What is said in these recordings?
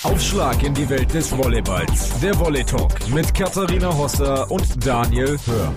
Aufschlag in die Welt des Volleyballs. Der Volley Talk mit Katharina Hosser und Daniel Hör.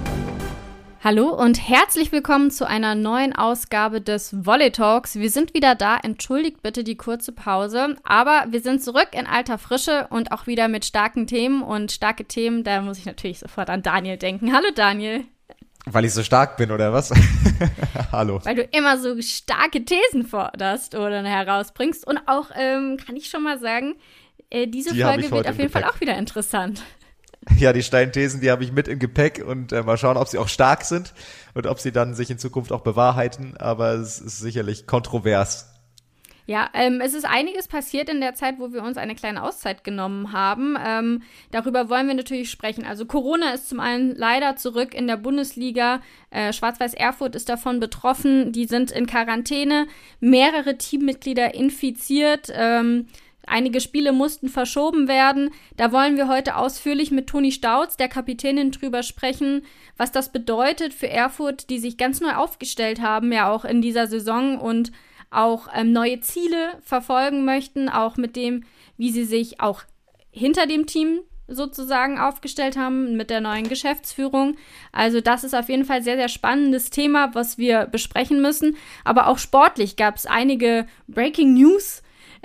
Hallo und herzlich willkommen zu einer neuen Ausgabe des Volley Talks. Wir sind wieder da, entschuldigt bitte die kurze Pause, aber wir sind zurück in alter Frische und auch wieder mit starken Themen. Und starke Themen, da muss ich natürlich sofort an Daniel denken. Hallo Daniel. Weil ich so stark bin, oder was? Hallo. Weil du immer so starke Thesen forderst oder herausbringst. Und auch, kann ich schon mal sagen, diese Folge wird auf jeden Fall auch wieder interessant. Ja, die steilen Thesen, die habe ich mit im Gepäck und mal schauen, ob sie auch stark sind und ob sie dann sich in Zukunft auch bewahrheiten. Aber es ist sicherlich kontrovers. Ja, es ist einiges passiert in der Zeit, wo wir uns eine kleine Auszeit genommen haben. Darüber wollen wir natürlich sprechen. Also Corona ist zum einen leider zurück in der Bundesliga. Schwarz-Weiß Erfurt ist davon betroffen. Die sind in Quarantäne. Mehrere Teammitglieder infiziert. Einige Spiele mussten verschoben werden. Da wollen wir heute ausführlich mit Toni Stauz, der Kapitänin, drüber sprechen, was das bedeutet für Erfurt, die sich ganz neu aufgestellt haben, ja auch in dieser Saison und auch neue Ziele verfolgen möchten, auch mit dem, wie sie sich auch hinter dem Team sozusagen aufgestellt haben, mit der neuen Geschäftsführung. Also das ist auf jeden Fall sehr, sehr spannendes Thema, was wir besprechen müssen. Aber auch sportlich gab es einige Breaking News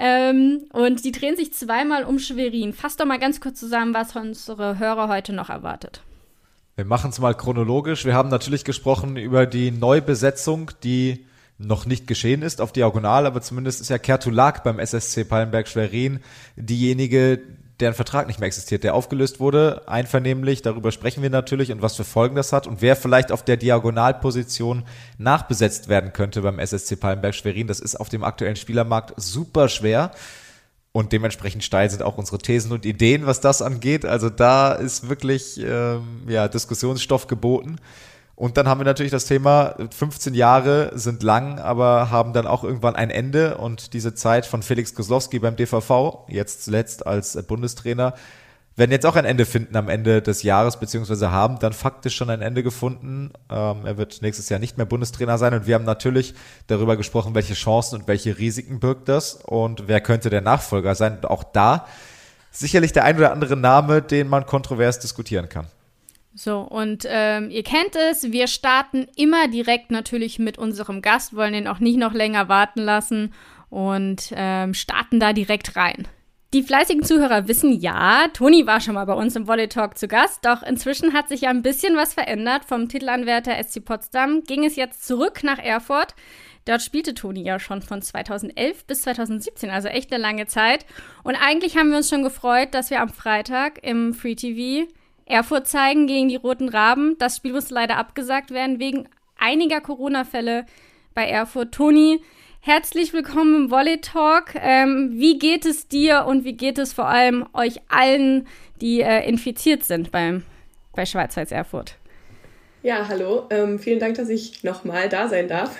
und die drehen sich zweimal um Schwerin. Fass doch mal ganz kurz zusammen, was unsere Hörer heute noch erwartet. Wir machen es mal chronologisch. Wir haben natürlich gesprochen über die Neubesetzung, die noch nicht geschehen ist auf Diagonal, aber zumindest ist ja Kertulag beim SSC Pallenberg Schwerin diejenige, deren Vertrag nicht mehr existiert, der aufgelöst wurde, einvernehmlich. Darüber sprechen wir natürlich und was für Folgen das hat und wer vielleicht auf der Diagonalposition nachbesetzt werden könnte beim SSC Pallenberg Schwerin. Das ist auf dem aktuellen Spielermarkt super schwer und dementsprechend steil sind auch unsere Thesen und Ideen, was das angeht. Also da ist wirklich Diskussionsstoff geboten. Und dann haben wir natürlich das Thema, 15 Jahre sind lang, aber haben dann auch irgendwann ein Ende. Und diese Zeit von Felix Kozlowski beim DVV, jetzt zuletzt als Bundestrainer, werden jetzt auch ein Ende finden am Ende des Jahres, beziehungsweise haben dann faktisch schon ein Ende gefunden. Er wird nächstes Jahr nicht mehr Bundestrainer sein. Und wir haben natürlich darüber gesprochen, welche Chancen und welche Risiken birgt das und wer könnte der Nachfolger sein. Und auch da sicherlich der ein oder andere Name, den man kontrovers diskutieren kann. So, und ihr kennt es, wir starten immer direkt natürlich mit unserem Gast, wollen ihn auch nicht noch länger warten lassen und starten da direkt rein. Die fleißigen Zuhörer wissen ja, Toni war schon mal bei uns im Volley Talk zu Gast, doch inzwischen hat sich ja ein bisschen was verändert. Vom Titelanwärter SC Potsdam ging es jetzt zurück nach Erfurt. Dort spielte Toni ja schon von 2011 bis 2017, also echt eine lange Zeit. Und eigentlich haben wir uns schon gefreut, dass wir am Freitag im Free TV Erfurt zeigen gegen die Roten Raben. Das Spiel musste leider abgesagt werden wegen einiger Corona-Fälle bei Erfurt. Toni, herzlich willkommen im Volley Talk. Wie geht es dir und wie geht es vor allem euch allen, die infiziert sind bei Schwarz-Weiß Erfurt? Ja, hallo. Vielen Dank, dass ich nochmal da sein darf.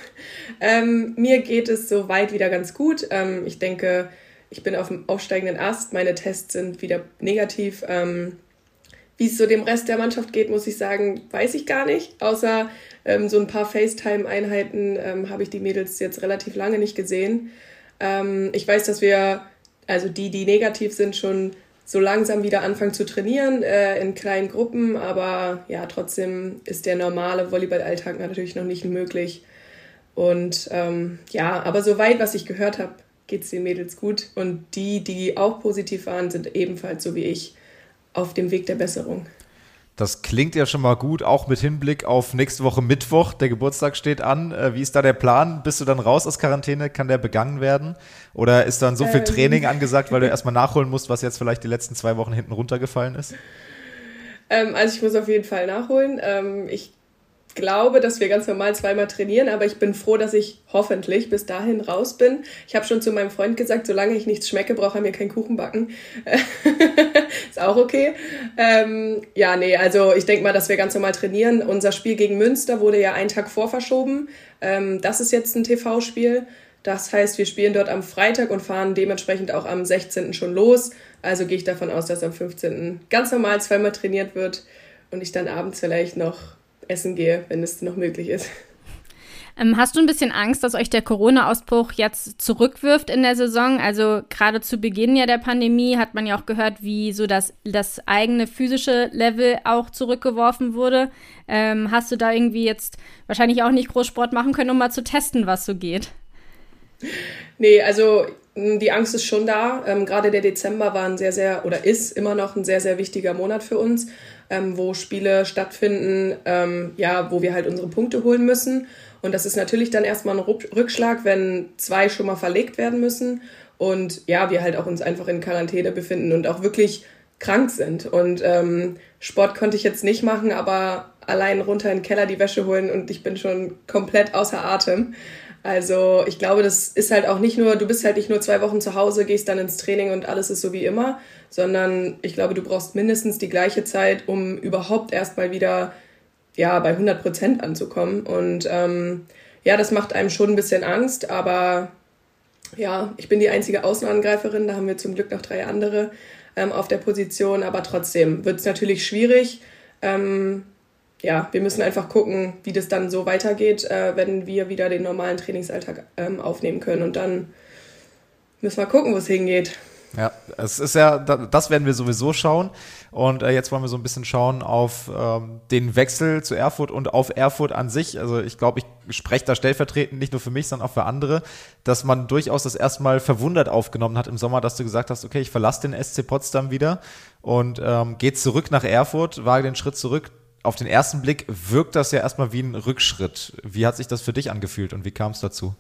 Mir geht es soweit wieder ganz gut. Ich denke, ich bin auf dem aufsteigenden Ast. Meine Tests sind wieder negativ. Wie es so dem Rest der Mannschaft geht, muss ich sagen, weiß ich gar nicht. Außer so ein paar FaceTime-Einheiten habe ich die Mädels jetzt relativ lange nicht gesehen. Ich weiß, dass wir, also die negativ sind, schon so langsam wieder anfangen zu trainieren in kleinen Gruppen. Aber ja, trotzdem ist der normale Volleyball-Alltag natürlich noch nicht möglich. Und aber soweit, was ich gehört habe, geht es den Mädels gut. Und die auch positiv waren, sind ebenfalls so wie ich auf dem Weg der Besserung. Das klingt ja schon mal gut, auch mit Hinblick auf nächste Woche Mittwoch. Der Geburtstag steht an. Wie ist da der Plan? Bist du dann raus aus Quarantäne? Kann der begangen werden? Oder ist dann so viel Training angesagt, weil du erstmal nachholen musst, was jetzt vielleicht die letzten 2 Wochen hinten runtergefallen ist? Also ich muss auf jeden Fall nachholen. Ich glaube, dass wir ganz normal 2-mal trainieren, aber ich bin froh, dass ich hoffentlich bis dahin raus bin. Ich habe schon zu meinem Freund gesagt, solange ich nichts schmecke, braucht er mir keinen Kuchen backen. Ist auch okay. Also ich denke mal, dass wir ganz normal trainieren. Unser Spiel gegen Münster wurde ja einen Tag vorverschoben. Das ist jetzt ein TV-Spiel. Das heißt, wir spielen dort am Freitag und fahren dementsprechend auch am 16. schon los. Also gehe ich davon aus, dass am 15. ganz normal 2-mal trainiert wird und ich dann abends vielleicht noch essen gehe, wenn es noch möglich ist. Hast du ein bisschen Angst, dass euch der Corona-Ausbruch jetzt zurückwirft in der Saison? Also gerade zu Beginn ja der Pandemie hat man ja auch gehört, wie so das eigene physische Level auch zurückgeworfen wurde. Hast du da irgendwie jetzt wahrscheinlich auch nicht groß Sport machen können, um mal zu testen, was so geht? Nee, also die Angst ist schon da. Gerade der Dezember war ist immer noch ein sehr, sehr wichtiger Monat für uns, wo Spiele stattfinden, wo wir halt unsere Punkte holen müssen. Und das ist natürlich dann erstmal ein Rückschlag, wenn 2 schon mal verlegt werden müssen und wir halt auch uns einfach in Quarantäne befinden und auch wirklich krank sind. Und Sport konnte ich jetzt nicht machen, aber allein runter in den Keller die Wäsche holen und ich bin schon komplett außer Atem. Also ich glaube, das ist halt auch du bist halt nicht nur 2 Wochen zu Hause, gehst dann ins Training und alles ist so wie immer, sondern ich glaube, du brauchst mindestens die gleiche Zeit, um überhaupt erstmal wieder bei 100% anzukommen. Und das macht einem schon ein bisschen Angst, aber ich bin die einzige Außenangreiferin, da haben wir zum Glück noch 3 andere auf der Position, aber trotzdem wird es natürlich schwierig. Wir müssen einfach gucken, wie das dann so weitergeht, wenn wir wieder den normalen Trainingsalltag aufnehmen können. Und dann müssen wir gucken, wo es hingeht. Ja, es ist das werden wir sowieso schauen. Und jetzt wollen wir so ein bisschen schauen auf den Wechsel zu Erfurt und auf Erfurt an sich. Also ich glaube, ich spreche da stellvertretend nicht nur für mich, sondern auch für andere, dass man durchaus das erstmal verwundert aufgenommen hat im Sommer, dass du gesagt hast, okay, ich verlasse den SC Potsdam wieder und gehe zurück nach Erfurt, wage den Schritt zurück. Auf den ersten Blick wirkt das ja erstmal wie ein Rückschritt. Wie hat sich das für dich angefühlt und wie kam es dazu?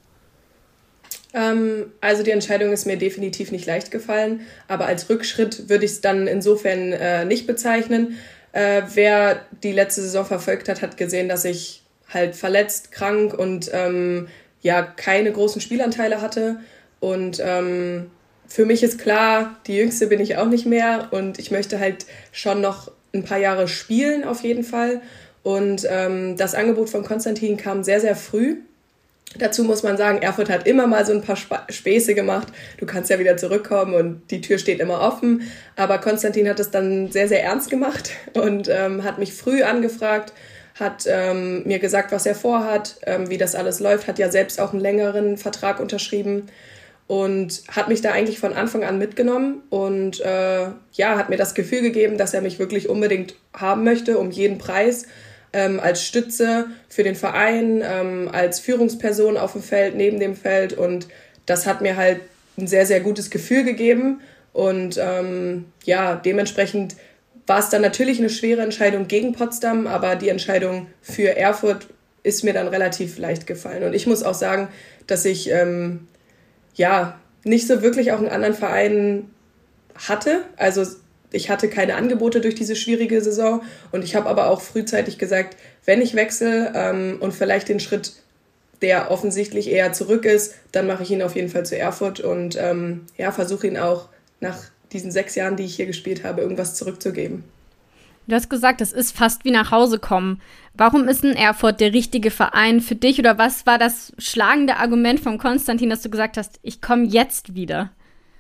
Also die Entscheidung ist mir definitiv nicht leicht gefallen, aber als Rückschritt würde ich es dann insofern nicht bezeichnen. Wer die letzte Saison verfolgt hat, hat gesehen, dass ich halt verletzt, krank und keine großen Spielanteile hatte. Und für mich ist klar, die Jüngste bin ich auch nicht mehr und ich möchte halt schon noch ein paar Jahre spielen auf jeden Fall. Und das Angebot von Konstantin kam sehr, sehr früh. Dazu muss man sagen, Erfurt hat immer mal so ein paar Späße gemacht. Du kannst ja wieder zurückkommen und die Tür steht immer offen. Aber Konstantin hat es dann sehr, sehr ernst gemacht und hat mich früh angefragt, hat mir gesagt, was er vorhat, wie das alles läuft, hat ja selbst auch einen längeren Vertrag unterschrieben und hat mich da eigentlich von Anfang an mitgenommen und hat mir das Gefühl gegeben, dass er mich wirklich unbedingt haben möchte, um jeden Preis. Als Stütze für den Verein, als Führungsperson auf dem Feld, neben dem Feld und das hat mir halt ein sehr, sehr gutes Gefühl gegeben und dementsprechend war es dann natürlich eine schwere Entscheidung gegen Potsdam, aber die Entscheidung für Erfurt ist mir dann relativ leicht gefallen und ich muss auch sagen, dass ich nicht so wirklich auch einen anderen Verein hatte, also ich hatte keine Angebote durch diese schwierige Saison und ich habe aber auch frühzeitig gesagt, wenn ich wechsle und vielleicht den Schritt, der offensichtlich eher zurück ist, dann mache ich ihn auf jeden Fall zu Erfurt und versuche ihn auch nach diesen 6 Jahren, die ich hier gespielt habe, irgendwas zurückzugeben. Du hast gesagt, es ist fast wie nach Hause kommen. Warum ist denn Erfurt der richtige Verein für dich oder was war das schlagende Argument von Konstantin, dass du gesagt hast, ich komme jetzt wieder?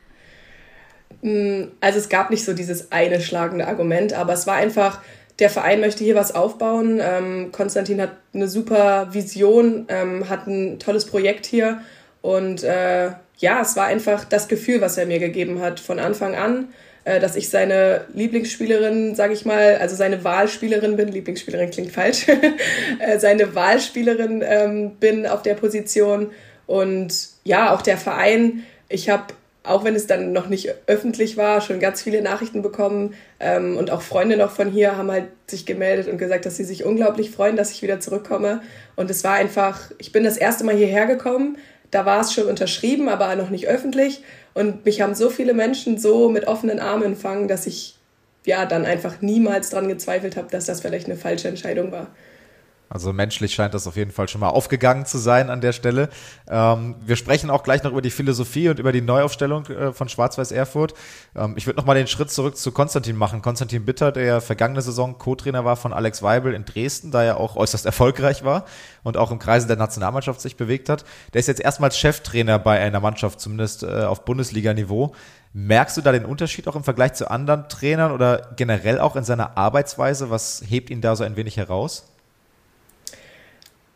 Also es gab nicht so dieses eine schlagende Argument, aber es war einfach, der Verein möchte hier was aufbauen. Konstantin hat eine super Vision, hat ein tolles Projekt hier und es war einfach das Gefühl, was er mir gegeben hat von Anfang an, dass ich seine Lieblingsspielerin, sage ich mal, also seine Wahlspielerin bin, Lieblingsspielerin klingt falsch, seine Wahlspielerin bin auf der Position und auch der Verein, ich habe auch wenn es dann noch nicht öffentlich war, schon ganz viele Nachrichten bekommen und auch Freunde noch von hier haben halt sich gemeldet und gesagt, dass sie sich unglaublich freuen, dass ich wieder zurückkomme. Und es war einfach, ich bin das erste Mal hierher gekommen, da war es schon unterschrieben, aber noch nicht öffentlich. Und mich haben so viele Menschen so mit offenen Armen empfangen, dass ich dann einfach niemals dran gezweifelt habe, dass das vielleicht eine falsche Entscheidung war. Also menschlich scheint das auf jeden Fall schon mal aufgegangen zu sein an der Stelle. Wir sprechen auch gleich noch über die Philosophie und über die Neuaufstellung von Schwarz-Weiß Erfurt. Ich würde noch mal den Schritt zurück zu Konstantin machen. Konstantin Bitter, der ja vergangene Saison Co-Trainer war von Alex Weibel in Dresden, da er auch äußerst erfolgreich war und auch im Kreise der Nationalmannschaft sich bewegt hat. Der ist jetzt erstmals Cheftrainer bei einer Mannschaft, zumindest auf Bundesliga-Niveau. Merkst du da den Unterschied auch im Vergleich zu anderen Trainern oder generell auch in seiner Arbeitsweise? Was hebt ihn da so ein wenig heraus?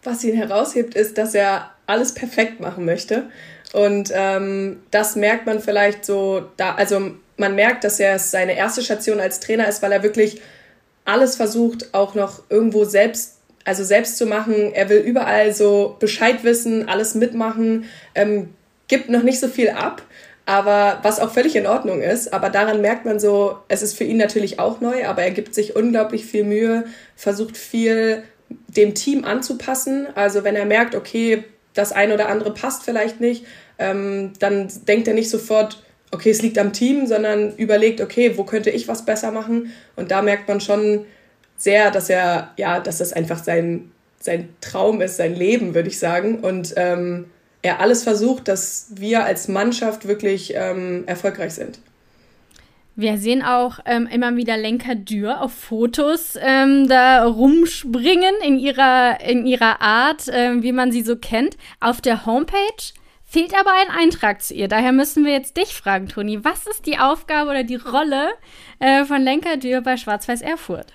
was ihn heraushebt, ist, dass er alles perfekt machen möchte. Und das merkt man vielleicht so, also man merkt, dass er seine erste Station als Trainer ist, weil er wirklich alles versucht, auch noch irgendwo selbst zu machen. Er will überall so Bescheid wissen, alles mitmachen, gibt noch nicht so viel ab, aber was auch völlig in Ordnung ist. Aber daran merkt man so, es ist für ihn natürlich auch neu, aber er gibt sich unglaublich viel Mühe, versucht viel dem Team anzupassen. Also wenn er merkt, okay, das eine oder andere passt vielleicht nicht, dann denkt er nicht sofort, okay, es liegt am Team, sondern überlegt, okay, wo könnte ich was besser machen? Und da merkt man schon sehr, dass das einfach sein Traum ist, sein Leben, würde ich sagen. Und er alles versucht, dass wir als Mannschaft wirklich erfolgreich sind. Wir sehen auch immer wieder Lenka Dürr auf Fotos da rumspringen in ihrer Art, wie man sie so kennt. Auf der Homepage fehlt aber ein Eintrag zu ihr. Daher müssen wir jetzt dich fragen, Toni. Was ist die Aufgabe oder die Rolle von Lenka Dürr bei Schwarz-Weiß Erfurt?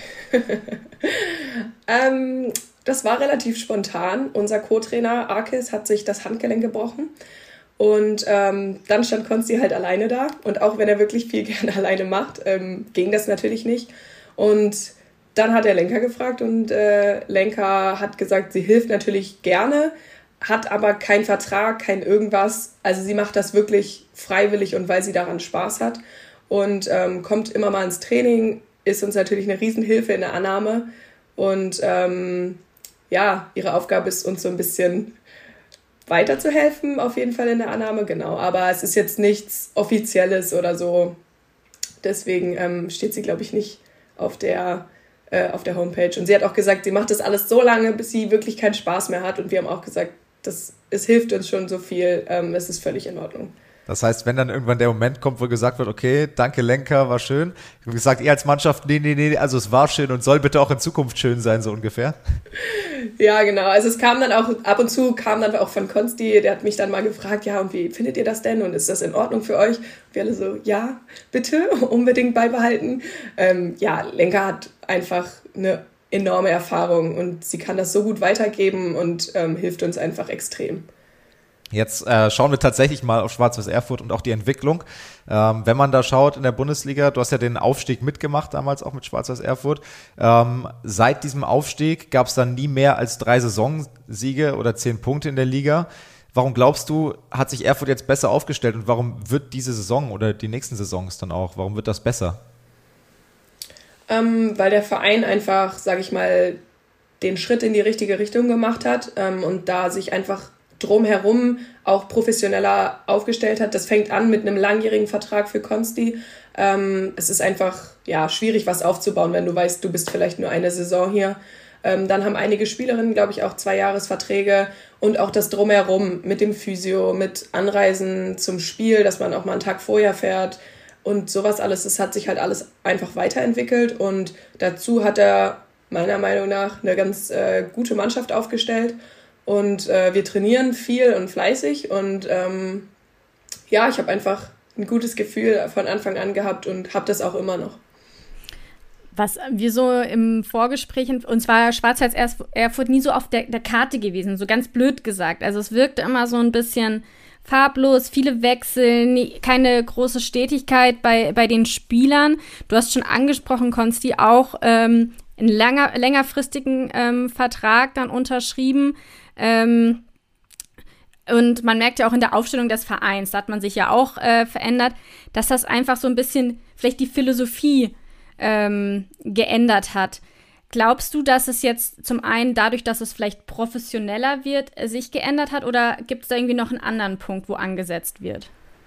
Das war relativ spontan. Unser Co-Trainer Arkis hat sich das Handgelenk gebrochen. Und dann stand Konsti halt alleine da. Und auch wenn er wirklich viel gerne alleine macht, ging das natürlich nicht. Und dann hat er Lenka gefragt und Lenka hat gesagt, sie hilft natürlich gerne, hat aber keinen Vertrag, kein irgendwas. Also sie macht das wirklich freiwillig und weil sie daran Spaß hat. Und kommt immer mal ins Training, ist uns natürlich eine Riesenhilfe in der Annahme. Und ihre Aufgabe ist, uns so ein bisschen weiterzuhelfen, auf jeden Fall in der Annahme, genau. Aber es ist jetzt nichts Offizielles oder so. Deswegen steht sie, glaube ich, nicht auf der Homepage. Und sie hat auch gesagt, sie macht das alles so lange, bis sie wirklich keinen Spaß mehr hat. Und wir haben auch gesagt, es hilft uns schon so viel, es ist völlig in Ordnung. Das heißt, wenn dann irgendwann der Moment kommt, wo gesagt wird, okay, danke Lenka, war schön. Wie gesagt, ihr als Mannschaft, nee, also es war schön und soll bitte auch in Zukunft schön sein, so ungefähr. Ja, genau. Also es kam dann auch, ab und zu kam dann auch von Konsti, der hat mich dann mal gefragt, ja, und wie findet ihr das denn und ist das in Ordnung für euch? Und wir alle so, ja, bitte, unbedingt beibehalten. Lenka hat einfach eine enorme Erfahrung und sie kann das so gut weitergeben und hilft uns einfach extrem. Jetzt schauen wir tatsächlich mal auf Schwarz-Weiß Erfurt und auch die Entwicklung. Wenn man da schaut in der Bundesliga, du hast ja den Aufstieg mitgemacht damals auch mit Schwarz-Weiß Erfurt. Seit diesem Aufstieg gab es dann nie mehr als 3 Saisonsiege oder 10 Punkte in der Liga. Warum glaubst du, hat sich Erfurt jetzt besser aufgestellt und warum wird diese Saison oder die nächsten Saisons dann auch, warum wird das besser? Weil der Verein einfach, sage ich mal, den Schritt in die richtige Richtung gemacht hat und da sich einfach drumherum auch professioneller aufgestellt hat. Das fängt an mit einem langjährigen Vertrag für Konsti. Es ist einfach schwierig, was aufzubauen, wenn du weißt, du bist vielleicht nur eine Saison hier. Dann haben einige Spielerinnen, glaube ich, auch 2-Jahres-Verträge und auch das Drumherum mit dem Physio, mit Anreisen zum Spiel, dass man auch mal einen Tag vorher fährt und sowas alles. Das hat sich halt alles einfach weiterentwickelt und dazu hat er meiner Meinung nach eine ganz gute Mannschaft aufgestellt. Und wir trainieren viel und fleißig und ich habe einfach ein gutes Gefühl von Anfang an gehabt und habe das auch immer noch. Was wir so im Vorgespräch, und zwar Schwarz-Weiß Erfurt nie so auf der Karte gewesen, so ganz blöd gesagt. Also es wirkte immer so ein bisschen farblos, viele Wechsel, keine große Stetigkeit bei den Spielern. Du hast schon angesprochen, Konsti, auch einen längerfristigen Vertrag dann unterschrieben. Und man merkt ja auch in der Aufstellung des Vereins, da hat man sich ja auch verändert, dass das einfach so ein bisschen vielleicht die Philosophie geändert hat. Glaubst du, dass es jetzt zum einen dadurch, dass es vielleicht professioneller wird, sich geändert hat oder gibt es da irgendwie noch einen anderen Punkt, wo angesetzt wird?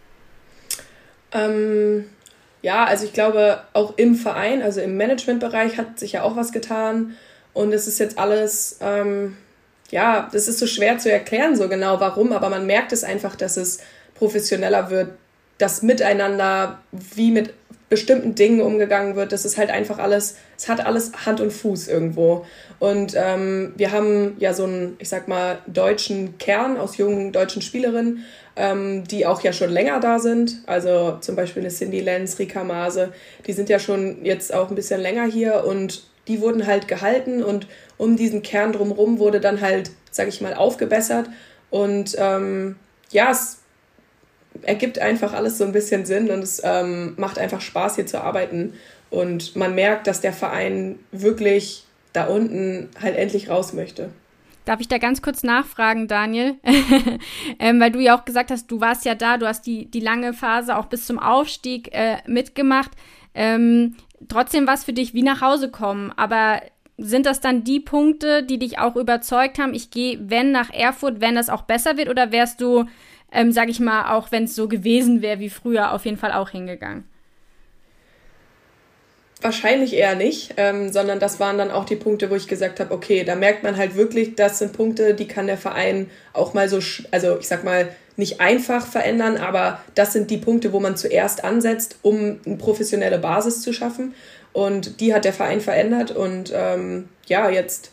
Also ich glaube auch im Verein, also im Managementbereich hat sich ja auch was getan und es ist jetzt alles das ist so schwer zu erklären so genau warum, aber man merkt es einfach, dass es professioneller wird, das Miteinander, wie mit bestimmten Dingen umgegangen wird, das ist halt einfach alles, es hat alles Hand und Fuß irgendwo und wir haben ja so einen, ich sag mal, deutschen Kern aus jungen deutschen Spielerinnen, die auch ja schon länger da sind, also zum Beispiel eine Cindy Lenz, Rika Maase, die sind ja schon jetzt auch ein bisschen länger hier und die wurden halt gehalten und um diesen Kern drumherum wurde dann halt, sage ich mal, aufgebessert. Und es ergibt einfach alles so ein bisschen Sinn und es macht einfach Spaß, hier zu arbeiten. Und man merkt, dass der Verein wirklich da unten halt endlich raus möchte. Darf ich da ganz kurz nachfragen, Daniel? Weil du ja auch gesagt hast, du warst ja da, du hast die lange Phase auch bis zum Aufstieg mitgemacht. Trotzdem war es für dich wie nach Hause kommen. Aber sind das dann die Punkte, die dich auch überzeugt haben, ich gehe, wenn nach Erfurt, wenn das auch besser wird? Oder wärst du, sag ich mal, auch wenn es so gewesen wäre wie früher, auf jeden Fall auch hingegangen? Wahrscheinlich eher nicht, sondern das waren dann auch die Punkte, wo ich gesagt habe, okay, da merkt man halt wirklich, das sind Punkte, die kann der Verein auch mal so, also ich sag mal, nicht einfach verändern, aber das sind die Punkte, wo man zuerst ansetzt, um eine professionelle Basis zu schaffen. Und die hat der Verein verändert und jetzt,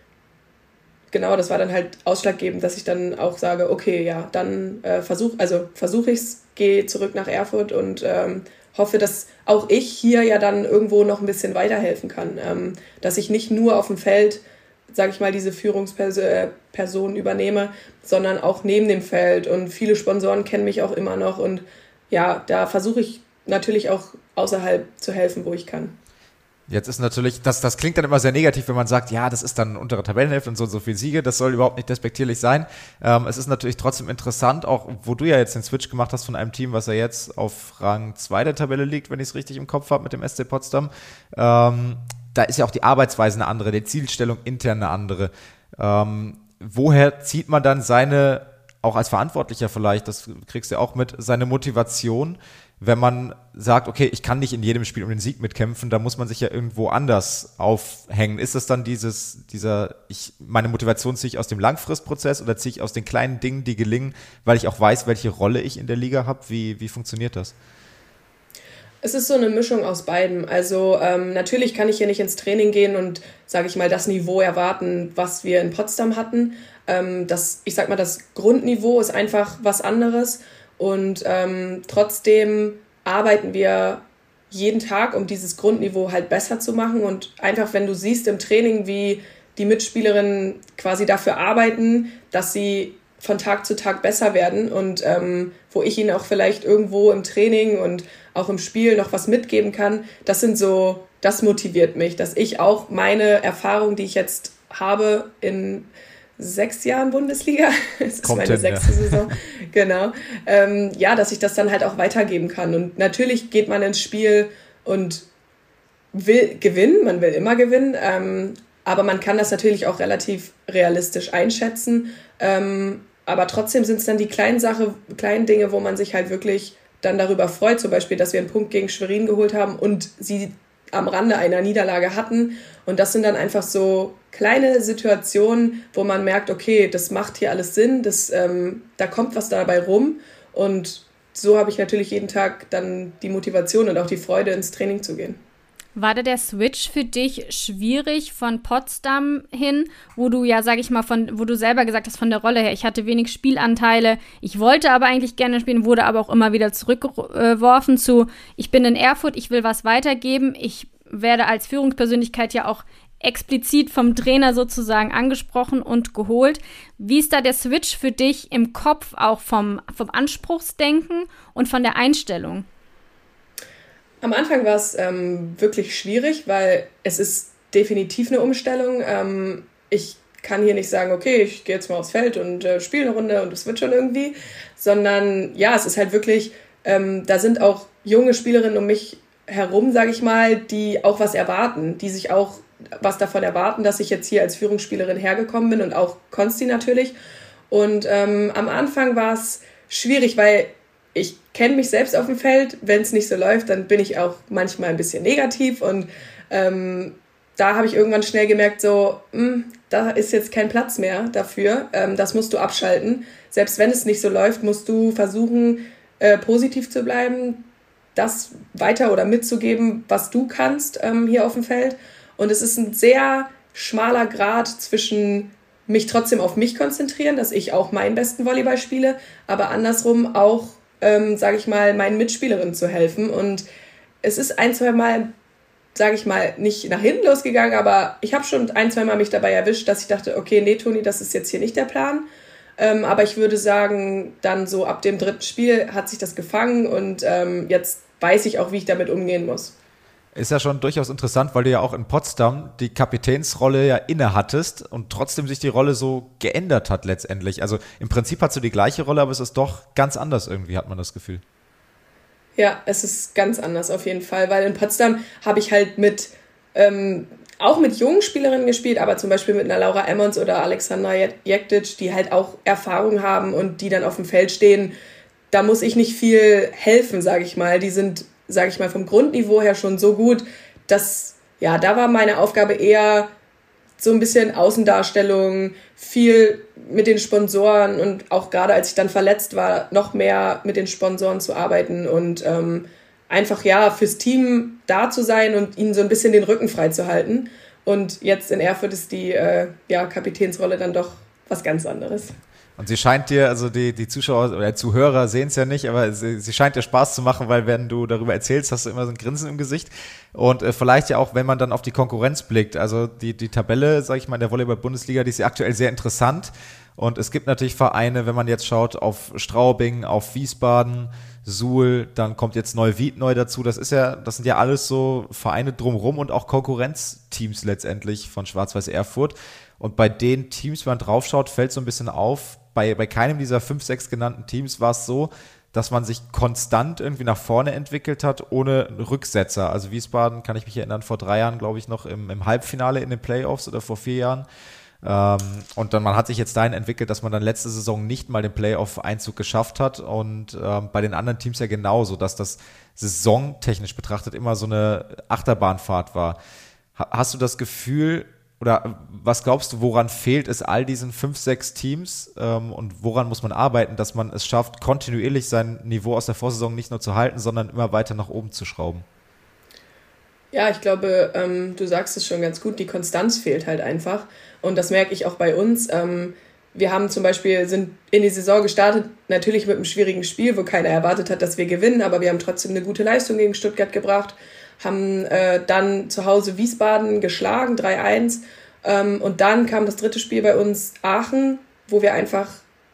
genau, das war dann halt ausschlaggebend, dass ich dann auch sage, okay, ja, dann versuche ich es, gehe zurück nach Erfurt und hoffe, dass auch ich hier ja dann irgendwo noch ein bisschen weiterhelfen kann, dass ich nicht nur auf dem Feld, sage ich mal, diese Führungsperson übernehme, sondern auch neben dem Feld und viele Sponsoren kennen mich auch immer noch und ja, da versuche ich natürlich auch außerhalb zu helfen, wo ich kann. Jetzt ist natürlich, das klingt dann immer sehr negativ, wenn man sagt, ja, das ist dann untere Tabellenhälfte und so viele Siege, das soll überhaupt nicht despektierlich sein. Es ist natürlich trotzdem interessant, auch wo du ja jetzt den Switch gemacht hast von einem Team, was ja jetzt auf Rang 2 der Tabelle liegt, wenn ich es richtig im Kopf habe mit dem SC Potsdam. Da ist ja auch die Arbeitsweise eine andere, die Zielstellung intern eine andere. Woher zieht man dann seine, auch als Verantwortlicher vielleicht, das kriegst du ja auch mit, seine Motivation, wenn man sagt, okay, ich kann nicht in jedem Spiel um den Sieg mitkämpfen, da muss man sich ja irgendwo anders aufhängen. Ist das dann meine Motivation ziehe ich aus dem Langfristprozess oder ziehe ich aus den kleinen Dingen, die gelingen, weil ich auch weiß, welche Rolle ich in der Liga habe? Wie funktioniert das? Es ist so eine Mischung aus beidem. Also natürlich kann ich hier nicht ins Training gehen und, sage ich mal, das Niveau erwarten, was wir in Potsdam hatten. Das Grundniveau ist einfach was anderes. Und trotzdem arbeiten wir jeden Tag, um dieses Grundniveau halt besser zu machen. Und einfach, wenn du siehst im Training, wie die Mitspielerinnen quasi dafür arbeiten, dass sie von Tag zu Tag besser werden und wo ich ihnen auch vielleicht irgendwo im Training und auch im Spiel noch was mitgeben kann, das motiviert mich, dass ich auch meine Erfahrung, die ich jetzt habe in 6 Jahren Bundesliga, das ist meine 6. Saison, genau, dass ich das dann halt auch weitergeben kann. Und natürlich geht man ins Spiel und will gewinnen, man will immer gewinnen, aber man kann das natürlich auch relativ realistisch einschätzen, aber trotzdem sind es dann die kleinen Dinge, wo man sich halt wirklich dann darüber freut, zum Beispiel, dass wir einen Punkt gegen Schwerin geholt haben und sie am Rande einer Niederlage hatten. Und das sind dann einfach so kleine Situationen, wo man merkt, okay, das macht hier alles Sinn, da kommt was dabei rum. Und so habe ich natürlich jeden Tag dann die Motivation und auch die Freude, ins Training zu gehen. War da der Switch für dich schwierig von Potsdam hin, wo du ja, sag ich mal, wo du selber gesagt hast, von der Rolle her, ich hatte wenig Spielanteile, ich wollte aber eigentlich gerne spielen, wurde aber auch immer wieder zurückgeworfen zu, ich bin in Erfurt, ich will was weitergeben, ich werde als Führungspersönlichkeit ja auch explizit vom Trainer sozusagen angesprochen und geholt. Wie ist da der Switch für dich im Kopf, auch vom Anspruchsdenken und von der Einstellung? Am Anfang war es wirklich schwierig, weil es ist definitiv eine Umstellung. Ich kann hier nicht sagen, okay, ich gehe jetzt mal aufs Feld und spiele eine Runde und es wird schon irgendwie, sondern ja, es ist halt wirklich, da sind auch junge Spielerinnen um mich herum, sage ich mal, die auch was erwarten, die sich auch was davon erwarten, dass ich jetzt hier als Führungsspielerin hergekommen bin und auch Konsti natürlich. Und am Anfang war es schwierig, weil ich kenne mich selbst auf dem Feld. Wenn es nicht so läuft, dann bin ich auch manchmal ein bisschen negativ und da habe ich irgendwann schnell gemerkt, da ist jetzt kein Platz mehr dafür. Das musst du abschalten. Selbst wenn es nicht so läuft, musst du versuchen, positiv zu bleiben, das weiter oder mitzugeben, was du kannst hier auf dem Feld. Und es ist ein sehr schmaler Grat zwischen mich trotzdem auf mich konzentrieren, dass ich auch meinen besten Volleyball spiele, aber andersrum auch, sage ich mal, meinen Mitspielerinnen zu helfen. Und es ist 1-2 Mal sage ich mal, nicht nach hinten losgegangen, aber ich habe schon 1-2 Mal mich dabei erwischt, dass ich dachte, okay, nee, Toni, das ist jetzt hier nicht der Plan. Aber ich würde sagen, dann so ab dem 3. Spiel hat sich das gefangen und jetzt weiß ich auch, wie ich damit umgehen muss. Ist ja schon durchaus interessant, weil du ja auch in Potsdam die Kapitänsrolle ja inne hattest und trotzdem sich die Rolle so geändert hat letztendlich. Also im Prinzip hast du die gleiche Rolle, aber es ist doch ganz anders irgendwie, hat man das Gefühl. Ja, es ist ganz anders auf jeden Fall, weil in Potsdam habe ich halt auch mit jungen Spielerinnen gespielt, aber zum Beispiel mit einer Laura Emmons oder Alexandra Jektic, die halt auch Erfahrung haben und die dann auf dem Feld stehen. Da muss ich nicht viel helfen, sage ich mal. Die sind, sage ich mal, vom Grundniveau her schon so gut, dass, ja, da war meine Aufgabe eher so ein bisschen Außendarstellung, viel mit den Sponsoren und auch gerade als ich dann verletzt war, noch mehr mit den Sponsoren zu arbeiten und einfach ja fürs Team da zu sein und ihnen so ein bisschen den Rücken frei zu halten. Und jetzt in Erfurt ist die Kapitänsrolle dann doch was ganz anderes. Und sie scheint dir, also die Zuschauer oder Zuhörer sehen es ja nicht, aber sie scheint dir Spaß zu machen, weil wenn du darüber erzählst, hast du immer so ein Grinsen im Gesicht. Und vielleicht ja auch, wenn man dann auf die Konkurrenz blickt. Also die Tabelle, sage ich mal, in der Volleyball-Bundesliga, die ist ja aktuell sehr interessant. Und es gibt natürlich Vereine, wenn man jetzt schaut auf Straubing, auf Wiesbaden, Suhl, dann kommt jetzt Neuwied neu dazu. Das sind ja alles so Vereine drumherum und auch Konkurrenzteams letztendlich von Schwarz-Weiß Erfurt. Und bei den Teams, wenn man draufschaut, fällt so ein bisschen auf, bei keinem dieser 5, 6 genannten Teams war es so, dass man sich konstant irgendwie nach vorne entwickelt hat, ohne Rücksetzer. Also Wiesbaden, kann ich mich erinnern, vor 3 Jahren, glaube ich, noch im Halbfinale in den Playoffs oder vor 4 Jahren. Und dann man hat sich jetzt dahin entwickelt, dass man dann letzte Saison nicht mal den Playoff-Einzug geschafft hat und bei den anderen Teams ja genauso, dass das saisontechnisch betrachtet immer so eine Achterbahnfahrt war. Hast du das Gefühl, oder was glaubst du, woran fehlt es all diesen 5, 6 Teams und woran muss man arbeiten, dass man es schafft, kontinuierlich sein Niveau aus der Vorsaison nicht nur zu halten, sondern immer weiter nach oben zu schrauben? Ja, ich glaube, du sagst es schon ganz gut, die Konstanz fehlt halt einfach und das merke ich auch bei uns. Wir haben zum Beispiel, sind in die Saison gestartet, natürlich mit einem schwierigen Spiel, wo keiner erwartet hat, dass wir gewinnen, aber wir haben trotzdem eine gute Leistung gegen Stuttgart gebracht, haben dann zu Hause Wiesbaden geschlagen, 3-1 und dann kam das 3. Spiel bei uns Aachen, wo wir einfach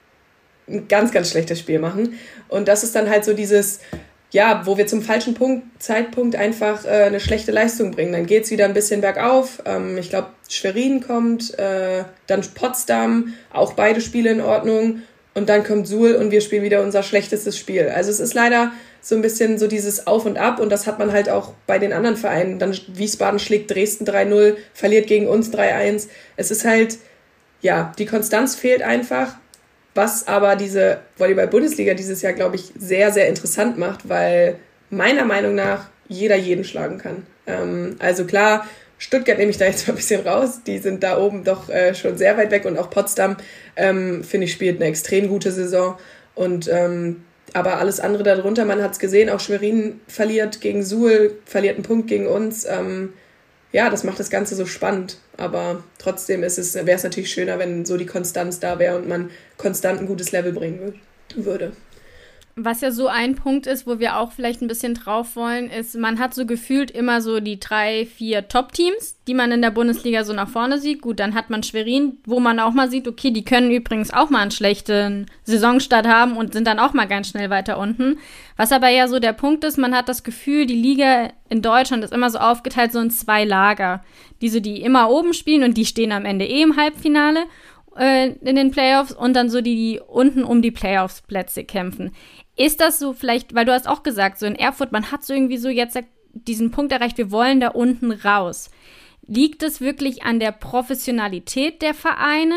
ein ganz, ganz schlechtes Spiel machen und das ist dann halt so dieses, ja, wo wir zum falschen Zeitpunkt einfach eine schlechte Leistung bringen. Dann geht's wieder ein bisschen bergauf. Ich glaube, Schwerin kommt, dann Potsdam, auch beide Spiele in Ordnung und dann kommt Suhl und wir spielen wieder unser schlechtestes Spiel. Also es ist leider so ein bisschen so dieses Auf und Ab und das hat man halt auch bei den anderen Vereinen. Dann Wiesbaden schlägt Dresden 3-0, verliert gegen uns 3-1. Es ist halt, ja, die Konstanz fehlt einfach, was aber diese Volleyball-Bundesliga dieses Jahr, glaube ich, sehr, sehr interessant macht, weil meiner Meinung nach jeder jeden schlagen kann. Also klar, Stuttgart nehme ich da jetzt mal ein bisschen raus, die sind da oben doch schon sehr weit weg und auch Potsdam, finde ich, spielt eine extrem gute Saison und aber alles andere darunter, man hat es gesehen, auch Schwerin verliert gegen Suhl, verliert einen Punkt gegen uns. Ja, das macht das Ganze so spannend. Aber trotzdem wäre es natürlich schöner, wenn so die Konstanz da wäre und man konstant ein gutes Level bringen würde. Was ja so ein Punkt ist, wo wir auch vielleicht ein bisschen drauf wollen, ist, man hat so gefühlt immer so die 3, 4 Top-Teams, die man in der Bundesliga so nach vorne sieht. Gut, dann hat man Schwerin, wo man auch mal sieht, okay, die können übrigens auch mal einen schlechten Saisonstart haben und sind dann auch mal ganz schnell weiter unten. Was aber ja so der Punkt ist, man hat das Gefühl, die Liga in Deutschland ist immer so aufgeteilt, so in 2 Lager. Diese, die immer oben spielen und die stehen am Ende im Halbfinale in den Playoffs und dann so die unten um die Playoffs-Plätze kämpfen. Ist das so vielleicht, weil du hast auch gesagt, so in Erfurt, man hat so irgendwie so jetzt diesen Punkt erreicht, wir wollen da unten raus. Liegt es wirklich an der Professionalität der Vereine?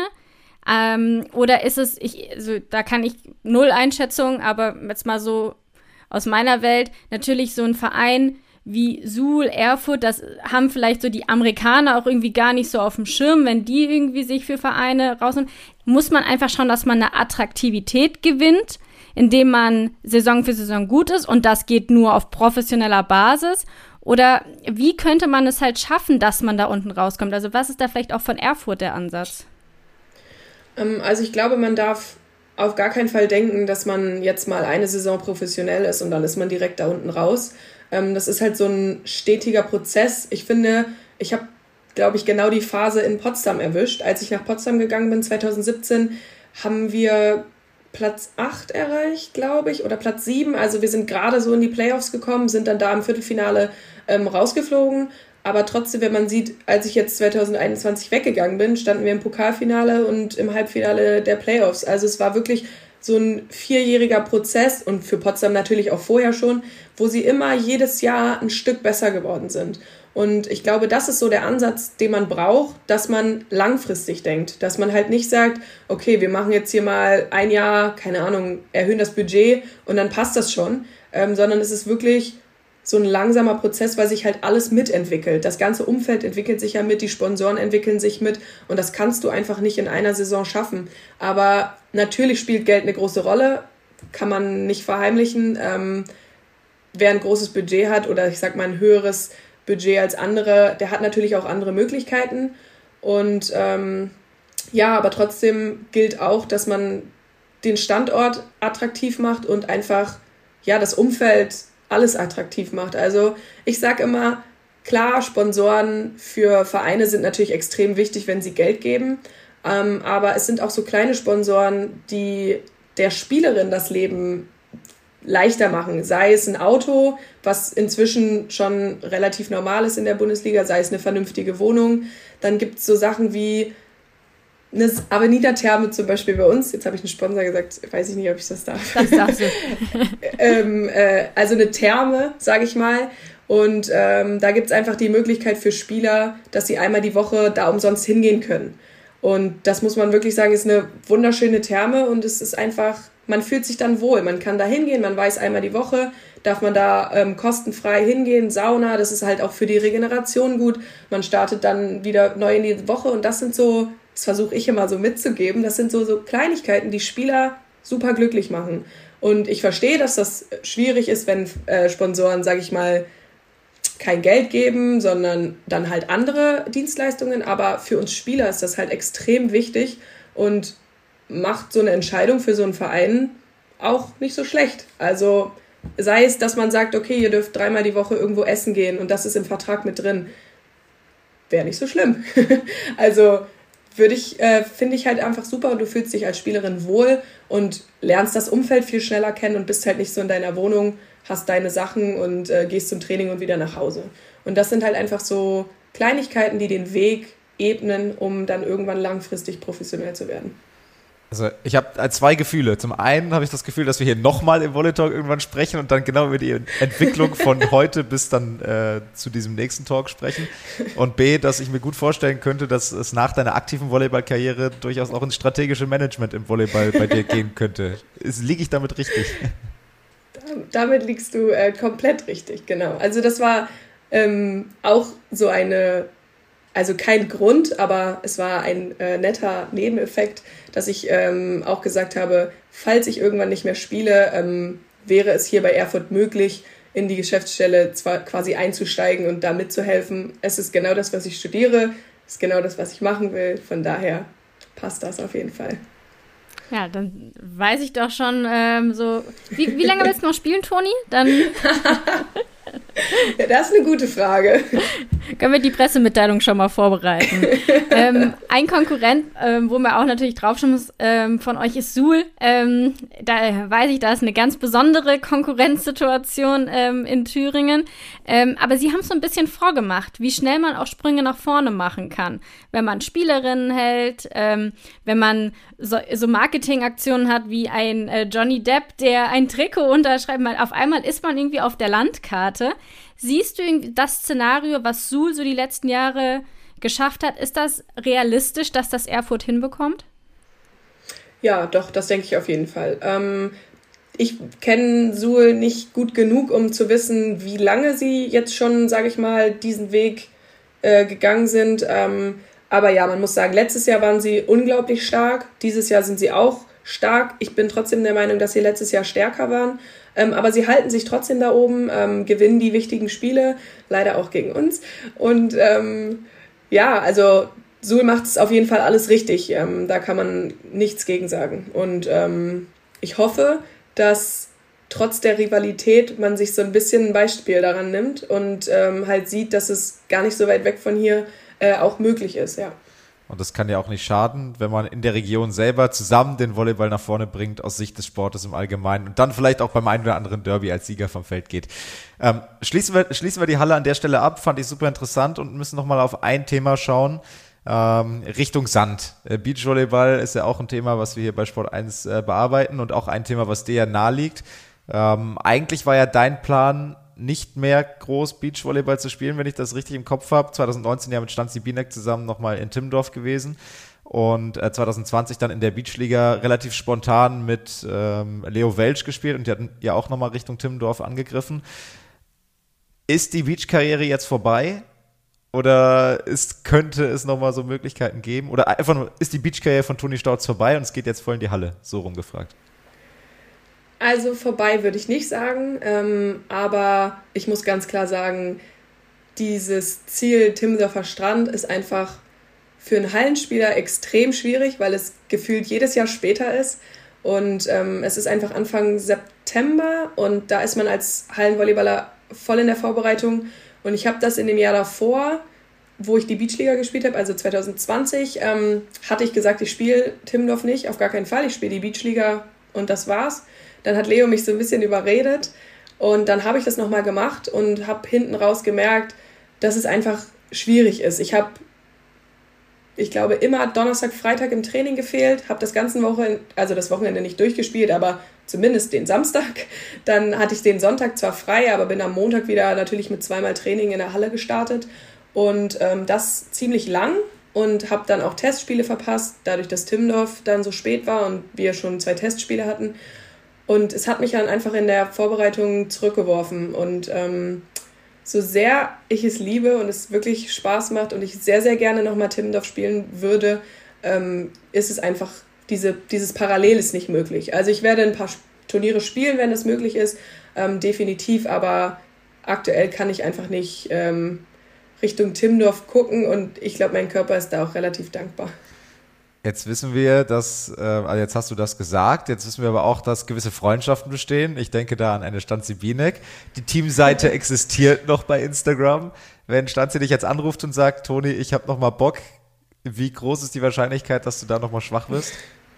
Oder ist es, da kann ich 0 Einschätzung, aber jetzt mal so aus meiner Welt, natürlich so ein Verein wie Suhl, Erfurt, das haben vielleicht so die Amerikaner auch irgendwie gar nicht so auf dem Schirm, wenn die irgendwie sich für Vereine rausnehmen. Muss man einfach schauen, dass man eine Attraktivität gewinnt, indem man Saison für Saison gut ist und das geht nur auf professioneller Basis? Oder wie könnte man es halt schaffen, dass man da unten rauskommt? Also was ist da vielleicht auch von Erfurt der Ansatz? Also ich glaube, man darf auf gar keinen Fall denken, dass man jetzt mal eine Saison professionell ist und dann ist man direkt da unten raus. Das ist halt so ein stetiger Prozess. Ich finde, ich habe, glaube ich, genau die Phase in Potsdam erwischt. Als ich nach Potsdam gegangen bin, 2017, haben wir Platz 8 erreicht, glaube ich, oder Platz 7. Also wir sind gerade so in die Playoffs gekommen, sind dann da im Viertelfinale rausgeflogen. Aber trotzdem, wenn man sieht, als ich jetzt 2021 weggegangen bin, standen wir im Pokalfinale und im Halbfinale der Playoffs. Also es war wirklich so ein 4-jähriger Prozess und für Potsdam natürlich auch vorher schon, wo sie immer jedes Jahr ein Stück besser geworden sind. Und ich glaube, das ist so der Ansatz, den man braucht, dass man langfristig denkt. Dass man halt nicht sagt, okay, wir machen jetzt hier mal ein Jahr, keine Ahnung, erhöhen das Budget und dann passt das schon. Sondern es ist wirklich so ein langsamer Prozess, weil sich halt alles mitentwickelt. Das ganze Umfeld entwickelt sich ja mit, die Sponsoren entwickeln sich mit und das kannst du einfach nicht in einer Saison schaffen. Aber natürlich spielt Geld eine große Rolle, kann man nicht verheimlichen. Wer ein großes Budget hat oder ich sag mal ein höheres Budget als andere, der hat natürlich auch andere Möglichkeiten. Und aber trotzdem gilt auch, dass man den Standort attraktiv macht und einfach das Umfeld alles attraktiv macht. Also ich sage immer, klar, Sponsoren für Vereine sind natürlich extrem wichtig, wenn sie Geld geben, aber es sind auch so kleine Sponsoren, die der Spielerin das Leben leichter machen. Sei es ein Auto, was inzwischen schon relativ normal ist in der Bundesliga, sei es eine vernünftige Wohnung. Dann gibt es so Sachen wie eine Avenida-Therme zum Beispiel bei uns. Jetzt habe ich einen Sponsor gesagt, weiß ich nicht, ob ich das darf. Das darfst du. Also eine Therme, sage ich mal. Und da gibt es einfach die Möglichkeit für Spieler, dass sie einmal die Woche da umsonst hingehen können. Und das muss man wirklich sagen, ist eine wunderschöne Therme und es ist einfach, man fühlt sich dann wohl. Man kann da hingehen, man weiß, einmal die Woche darf man da kostenfrei hingehen, Sauna, das ist halt auch für die Regeneration gut. Man startet dann wieder neu in die Woche und das versuche ich immer so mitzugeben, das sind so Kleinigkeiten, die Spieler super glücklich machen. Und ich verstehe, dass das schwierig ist, wenn Sponsoren, sage ich mal, kein Geld geben, sondern dann halt andere Dienstleistungen. Aber für uns Spieler ist das halt extrem wichtig und macht so eine Entscheidung für so einen Verein auch nicht so schlecht. Also sei es, dass man sagt, okay, ihr dürft 3-mal die Woche irgendwo essen gehen und das ist im Vertrag mit drin. Wäre nicht so schlimm. Also finde ich halt einfach super und du fühlst dich als Spielerin wohl und lernst das Umfeld viel schneller kennen und bist halt nicht so in deiner Wohnung, hast deine Sachen und gehst zum Training und wieder nach Hause. Und das sind halt einfach so Kleinigkeiten, die den Weg ebnen, um dann irgendwann langfristig professionell zu werden. Also ich habe 2 Gefühle. Zum einen habe ich das Gefühl, dass wir hier nochmal im Volley Talk irgendwann sprechen und dann genau über die Entwicklung von heute bis dann zu diesem nächsten Talk sprechen. Und B, dass ich mir gut vorstellen könnte, dass es nach deiner aktiven Volleyballkarriere durchaus auch ins strategische Management im Volleyball bei dir gehen könnte. Liege ich damit richtig? Damit liegst du komplett richtig, genau. Also das war auch so also kein Grund, aber es war ein netter Nebeneffekt, dass ich auch gesagt habe, falls ich irgendwann nicht mehr spiele, wäre es hier bei Erfurt möglich, in die Geschäftsstelle zwar quasi einzusteigen und da mitzuhelfen. Es ist genau das, was ich studiere, es ist genau das, was ich machen will. Von daher passt das auf jeden Fall. Ja, dann weiß ich doch schon so. Wie lange willst du noch spielen, Toni? Dann Ja, das ist eine gute Frage. Können wir die Pressemitteilung schon mal vorbereiten. Ein Konkurrent, wo wir auch natürlich draufschauen muss, von euch ist Suhl. Da weiß ich, da ist eine ganz besondere Konkurrenzsituation in Thüringen. Aber sie haben es so ein bisschen vorgemacht, wie schnell man auch Sprünge nach vorne machen kann. Wenn man Spielerinnen hält, wenn man so Marketingaktionen hat wie ein Johnny Depp, der ein Trikot unterschreibt. Auf einmal ist man irgendwie auf der Landkarte. Siehst du das Szenario, was Suhl so die letzten Jahre geschafft hat? Ist das realistisch, dass das Erfurt hinbekommt? Ja, doch, das denke ich auf jeden Fall. Ich kenne Suhl nicht gut genug, um zu wissen, wie lange sie jetzt schon, sage ich mal, diesen Weg gegangen sind. Aber ja, man muss sagen, letztes Jahr waren sie unglaublich stark. Dieses Jahr sind sie auch stark. Ich bin trotzdem der Meinung, dass sie letztes Jahr stärker waren. Aber sie halten sich trotzdem da oben, gewinnen die wichtigen Spiele, leider auch gegen uns. Und ja, also Suhl macht es auf jeden Fall alles richtig. Da kann man nichts gegen sagen. Und ich hoffe, dass trotz der Rivalität man sich so ein bisschen ein Beispiel daran nimmt und halt sieht, dass es gar nicht so weit weg von hier auch möglich ist, ja. Und das kann ja auch nicht schaden, wenn man in der Region selber zusammen den Volleyball nach vorne bringt, aus Sicht des Sportes im Allgemeinen und dann vielleicht auch beim einen oder anderen Derby als Sieger vom Feld geht. Schließen wir die Halle an der Stelle ab, fand ich super interessant und müssen nochmal auf ein Thema schauen, Richtung Sand. Beachvolleyball ist ja auch ein Thema, was wir hier bei Sport 1 bearbeiten und auch ein Thema, was dir ja nahe liegt. Eigentlich war ja dein Plan, nicht mehr groß Beachvolleyball zu spielen, wenn ich das richtig im Kopf habe. 2019 ja mit Stanzi Binek zusammen nochmal in Timmendorf gewesen und 2020 dann in der Beachliga relativ spontan mit Leo Welsch gespielt und die hatten ja auch nochmal Richtung Timmendorf angegriffen. Ist die Beach-Karriere jetzt vorbei oder könnte es nochmal so Möglichkeiten geben? Oder einfach nur, ist die Beach-Karriere von Toni Stauz vorbei und es geht jetzt voll in die Halle? So rumgefragt. Also vorbei würde ich nicht sagen, aber ich muss ganz klar sagen, dieses Ziel Timmendorfer Strand ist einfach für einen Hallenspieler extrem schwierig, weil es gefühlt jedes Jahr später ist und es ist einfach Anfang September und da ist man als Hallenvolleyballer voll in der Vorbereitung und ich habe das in dem Jahr davor, wo ich die Beachliga gespielt habe, also 2020, hatte ich gesagt, ich spiele Timmendorf nicht, auf gar keinen Fall, ich spiele die Beachliga und das war's. Dann hat Leo mich so ein bisschen überredet und dann habe ich das nochmal gemacht und habe hinten raus gemerkt, dass es einfach schwierig ist. Ich glaube, immer Donnerstag, Freitag im Training gefehlt, habe das Wochenende nicht durchgespielt, aber zumindest den Samstag. Dann hatte ich den Sonntag zwar frei, aber bin am Montag wieder natürlich mit 2-mal Training in der Halle gestartet und das ziemlich lang und habe dann auch Testspiele verpasst, dadurch, dass Timmendorf dann so spät war und wir schon 2 Testspiele hatten. Und es hat mich dann einfach in der Vorbereitung zurückgeworfen. Und so sehr ich es liebe und es wirklich Spaß macht und ich sehr, sehr gerne nochmal Timmendorf spielen würde, ist es einfach, dieses Parallel ist nicht möglich. Also ich werde ein paar Turniere spielen, wenn das möglich ist, definitiv, aber aktuell kann ich einfach nicht Richtung Timmendorf gucken und ich glaube, mein Körper ist da auch relativ dankbar. Jetzt wissen wir, also jetzt hast du das gesagt, jetzt wissen wir aber auch, dass gewisse Freundschaften bestehen. Ich denke da an eine Stanzi Binek. Die Teamseite existiert noch bei Instagram. Wenn Stanzi dich jetzt anruft und sagt, Toni, ich habe noch mal Bock, wie groß ist die Wahrscheinlichkeit, dass du da noch mal schwach wirst?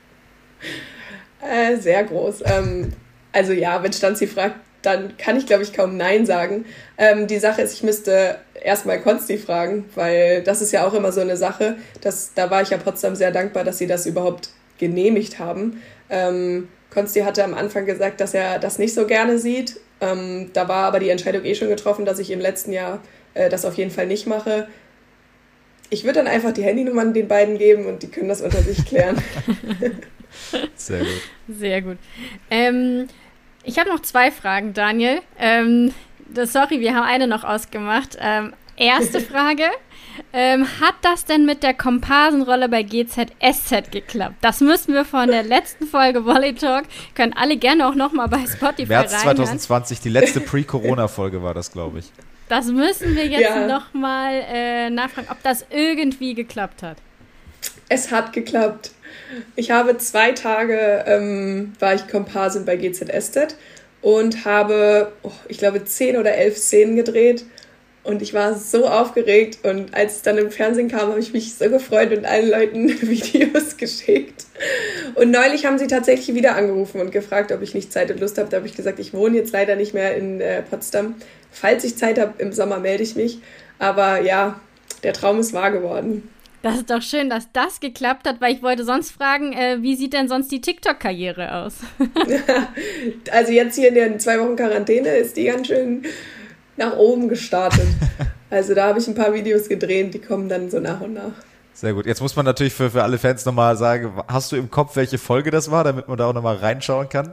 Sehr groß. Also ja, wenn Stanzi fragt, dann kann ich, glaube ich, kaum Nein sagen. Die Sache ist, ich müsste erstmal Konsti fragen, weil das ist ja auch immer so eine Sache. Da war ich ja Potsdam sehr dankbar, dass sie das überhaupt genehmigt haben. Konsti hatte am Anfang gesagt, dass er das nicht so gerne sieht. Da war aber die Entscheidung schon getroffen, dass ich im letzten Jahr das auf jeden Fall nicht mache. Ich würde dann einfach die Handynummern den beiden geben und die können das unter sich klären. Sehr gut. Sehr gut. Ich habe noch 2 Fragen, Daniel. Sorry, wir haben eine noch ausgemacht. Erste Frage. Hat das denn mit der Komparsenrolle bei GZSZ geklappt? Das müssen wir von der letzten Folge Volley Talk, können alle gerne auch nochmal bei Spotify März reinhören. 2020, die letzte Pre-Corona-Folge war das, glaube ich. Das müssen wir jetzt nochmal nachfragen, ob das irgendwie geklappt hat. Es hat geklappt. Ich habe 2 Tage, war ich Komparsin bei GZSZ und habe, ich glaube, 10 oder 11 Szenen gedreht und ich war so aufgeregt und als es dann im Fernsehen kam, habe ich mich so gefreut und allen Leuten Videos geschickt. Und neulich haben sie tatsächlich wieder angerufen und gefragt, ob ich nicht Zeit und Lust habe. Da habe ich gesagt, ich wohne jetzt leider nicht mehr in Potsdam. Falls ich Zeit habe, im Sommer melde ich mich. Aber ja, der Traum ist wahr geworden. Das ist doch schön, dass das geklappt hat, weil ich wollte sonst fragen, wie sieht denn sonst die TikTok-Karriere aus? Also jetzt hier in den 2 Wochen Quarantäne ist die ganz schön nach oben gestartet. Also da habe ich ein paar Videos gedreht, die kommen dann so nach und nach. Sehr gut. Jetzt muss man natürlich für alle Fans nochmal sagen, hast du im Kopf, welche Folge das war, damit man da auch nochmal reinschauen kann?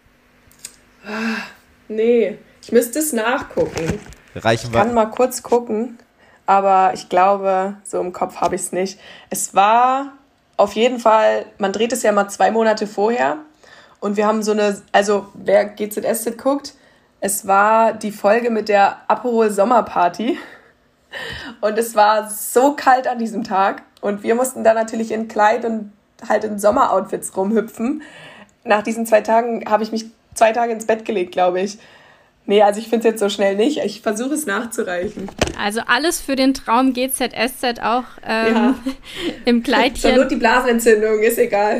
Nee, ich müsste es nachgucken. Ich kann mal kurz gucken. Aber ich glaube, so im Kopf habe ich es nicht. Es war auf jeden Fall, man dreht es ja mal 2 Monate vorher und wir haben also wer GZSZ guckt, es war die Folge mit der Aperol Sommerparty und es war so kalt an diesem Tag und wir mussten da natürlich in Kleid und halt in Sommeroutfits rumhüpfen. Nach diesen 2 Tagen habe ich mich 2 Tage ins Bett gelegt, glaube ich. Nee, also ich finde es jetzt so schnell nicht. Ich versuche es nachzureichen. Also alles für den Traum GZSZ auch im Kleidchen. Zur Not die Blasenentzündung, ist egal.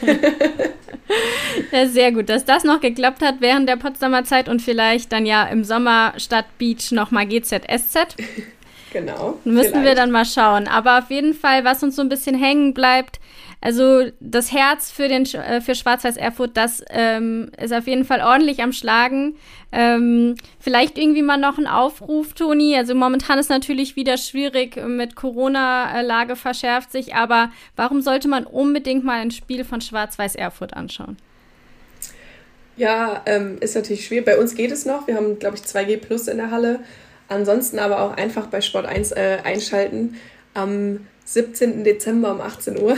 Ja, sehr gut, dass das noch geklappt hat während der Potsdamer Zeit und vielleicht dann ja im Sommer statt Beach nochmal GZSZ. Genau. Müssen wir dann mal schauen. Aber auf jeden Fall, was uns so ein bisschen hängen bleibt, also das Herz für Schwarz-Weiß Erfurt, das ist auf jeden Fall ordentlich am Schlagen. Vielleicht irgendwie mal noch ein Aufruf, Toni. Also momentan ist natürlich wieder schwierig, mit Corona-Lage verschärft sich. Aber warum sollte man unbedingt mal ein Spiel von Schwarz-Weiß Erfurt anschauen? Ja, ist natürlich schwierig. Bei uns geht es noch. Wir haben, glaube ich, 2G Plus in der Halle. Ansonsten aber auch einfach bei Sport 1 einschalten. Am 17. Dezember um 18 Uhr.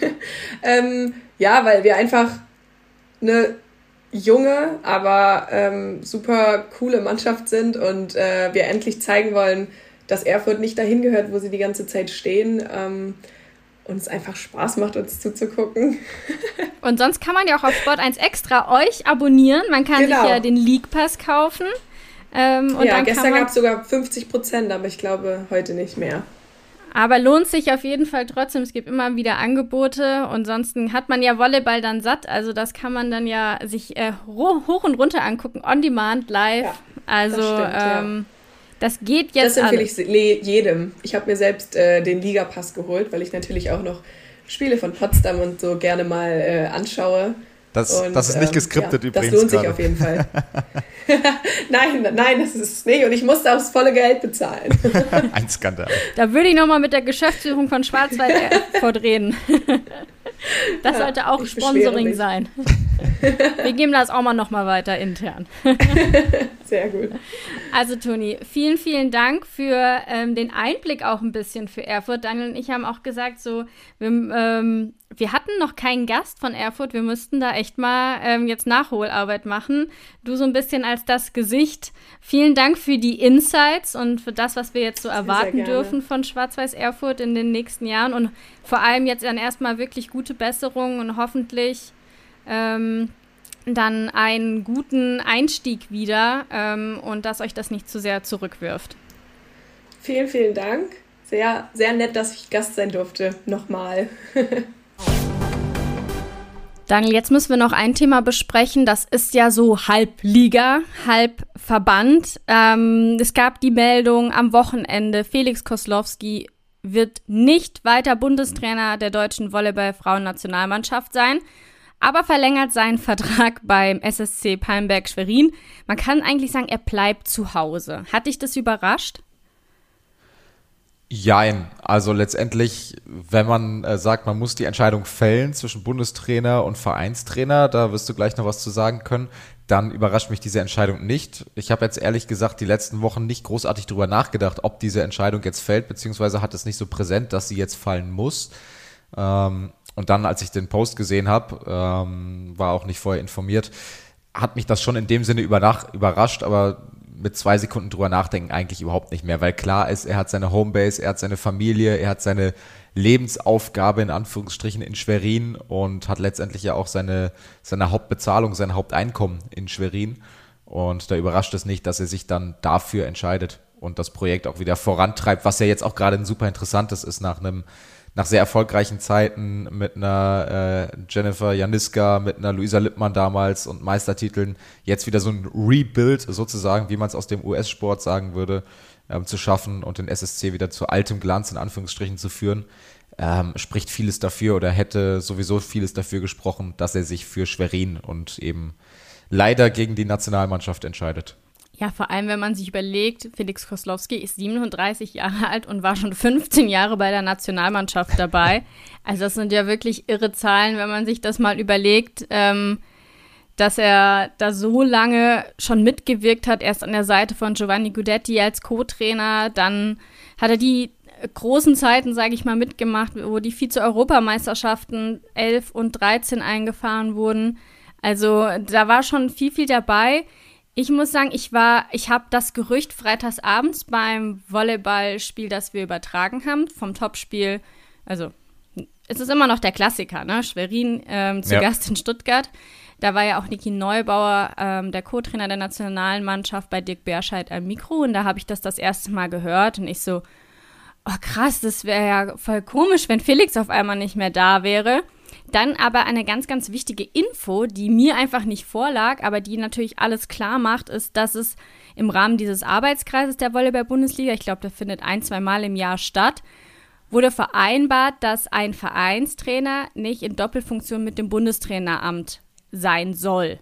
Ja, weil wir einfach eine junge, aber super coole Mannschaft sind und wir endlich zeigen wollen, dass Erfurt nicht dahin gehört, wo sie die ganze Zeit stehen. Und es einfach Spaß macht, uns zuzugucken. Und sonst kann man ja auch auf Sport 1 Extra euch abonnieren. Man kann sich ja den League Pass kaufen. Und ja, gestern gab es sogar 50%, aber ich glaube heute nicht mehr. Aber lohnt sich auf jeden Fall trotzdem. Es gibt immer wieder Angebote. Und ansonsten hat man ja Volleyball dann satt. Also das kann man dann ja sich hoch und runter angucken. On Demand, live. Ja, also das stimmt, das geht jetzt. Das empfehle ich jedem. Ich habe mir selbst den Ligapass geholt, weil ich natürlich auch noch Spiele von Potsdam und so gerne mal anschaue. Das ist nicht geskriptet übrigens. Das lohnt sich auf jeden Fall. Nein, das ist es nicht. Und ich musste auch das volle Geld bezahlen. Ein Skandal. Da würde ich nochmal mit der Geschäftsführung von Schwarz-Weiß Erfurt reden. Das sollte auch Sponsoring sein. Wir geben das auch mal nochmal weiter intern. Sehr gut. Also Toni, vielen, vielen Dank für den Einblick auch ein bisschen für Erfurt. Daniel und ich haben auch gesagt, so wir hatten noch keinen Gast von Erfurt. Wir müssten da echt mal jetzt Nachholarbeit machen. Du so ein bisschen als das Gesicht. Vielen Dank für die Insights und für das, was wir jetzt so erwarten dürfen von Schwarz-Weiß Erfurt in den nächsten Jahren. Und vor allem jetzt dann erstmal wirklich gute Besserung und hoffentlich dann einen guten Einstieg wieder und dass euch das nicht zu sehr zurückwirft. Vielen, vielen Dank. Sehr, sehr nett, dass ich Gast sein durfte. Nochmal. Daniel, jetzt müssen wir noch ein Thema besprechen. Das ist ja so halb Liga, halb Verband. Es gab die Meldung am Wochenende, Felix Koslowski wird nicht weiter Bundestrainer der deutschen Volleyball-Frauen-Nationalmannschaft sein, aber verlängert seinen Vertrag beim SSC Palmberg Schwerin. Man kann eigentlich sagen, er bleibt zu Hause. Hat dich das überrascht? Jein, also letztendlich, wenn man sagt, man muss die Entscheidung fällen zwischen Bundestrainer und Vereinstrainer, da wirst du gleich noch was zu sagen können, dann überrascht mich diese Entscheidung nicht. Ich habe jetzt ehrlich gesagt die letzten Wochen nicht großartig drüber nachgedacht, ob diese Entscheidung jetzt fällt, beziehungsweise hat es nicht so präsent, dass sie jetzt fallen muss. Und dann, als ich den Post gesehen habe, war auch nicht vorher informiert, hat mich das schon in dem Sinne überrascht, aber mit 2 Sekunden drüber nachdenken eigentlich überhaupt nicht mehr, weil klar ist, er hat seine Homebase, er hat seine Familie, er hat seine Lebensaufgabe in Anführungsstrichen in Schwerin und hat letztendlich ja auch seine Hauptbezahlung, sein Haupteinkommen in Schwerin und da überrascht es nicht, dass er sich dann dafür entscheidet und das Projekt auch wieder vorantreibt, was ja jetzt auch gerade ein super interessantes ist nach sehr erfolgreichen Zeiten mit einer Jennifer Janiska, mit einer Luisa Lippmann damals und Meistertiteln, jetzt wieder so ein Rebuild sozusagen, wie man es aus dem US-Sport sagen würde, zu schaffen und den SSC wieder zu altem Glanz in Anführungsstrichen zu führen, spricht vieles dafür oder hätte sowieso vieles dafür gesprochen, dass er sich für Schwerin und eben leider gegen die Nationalmannschaft entscheidet. Ja, vor allem, wenn man sich überlegt, Felix Koslowski ist 37 Jahre alt und war schon 15 Jahre bei der Nationalmannschaft dabei. Also das sind ja wirklich irre Zahlen, wenn man sich das mal überlegt, dass er da so lange schon mitgewirkt hat, erst an der Seite von Giovanni Guidetti als Co-Trainer, dann hat er die großen Zeiten, sage ich mal, mitgemacht, wo die Vize-Europameisterschaften 11 und 13 eingefahren wurden. Also da war schon viel dabei. Ich muss sagen, ich habe das Gerücht freitagsabends beim Volleyballspiel, das wir übertragen haben, vom Topspiel, also es ist immer noch der Klassiker, ne? Schwerin zu Gast in Stuttgart. Da war ja auch Niki Neubauer, der Co-Trainer der nationalen Mannschaft, bei Dirk Berscheid am Mikro. Und da habe ich das erste Mal gehört. Und ich so, oh krass, das wäre ja voll komisch, wenn Felix auf einmal nicht mehr da wäre. Dann aber eine ganz, ganz wichtige Info, die mir einfach nicht vorlag, aber die natürlich alles klar macht, ist, dass es im Rahmen dieses Arbeitskreises der Volleyball-Bundesliga, ich glaube, der findet 1-2 Mal im Jahr statt, wurde vereinbart, dass ein Vereinstrainer nicht in Doppelfunktion mit dem Bundestraineramt sein soll.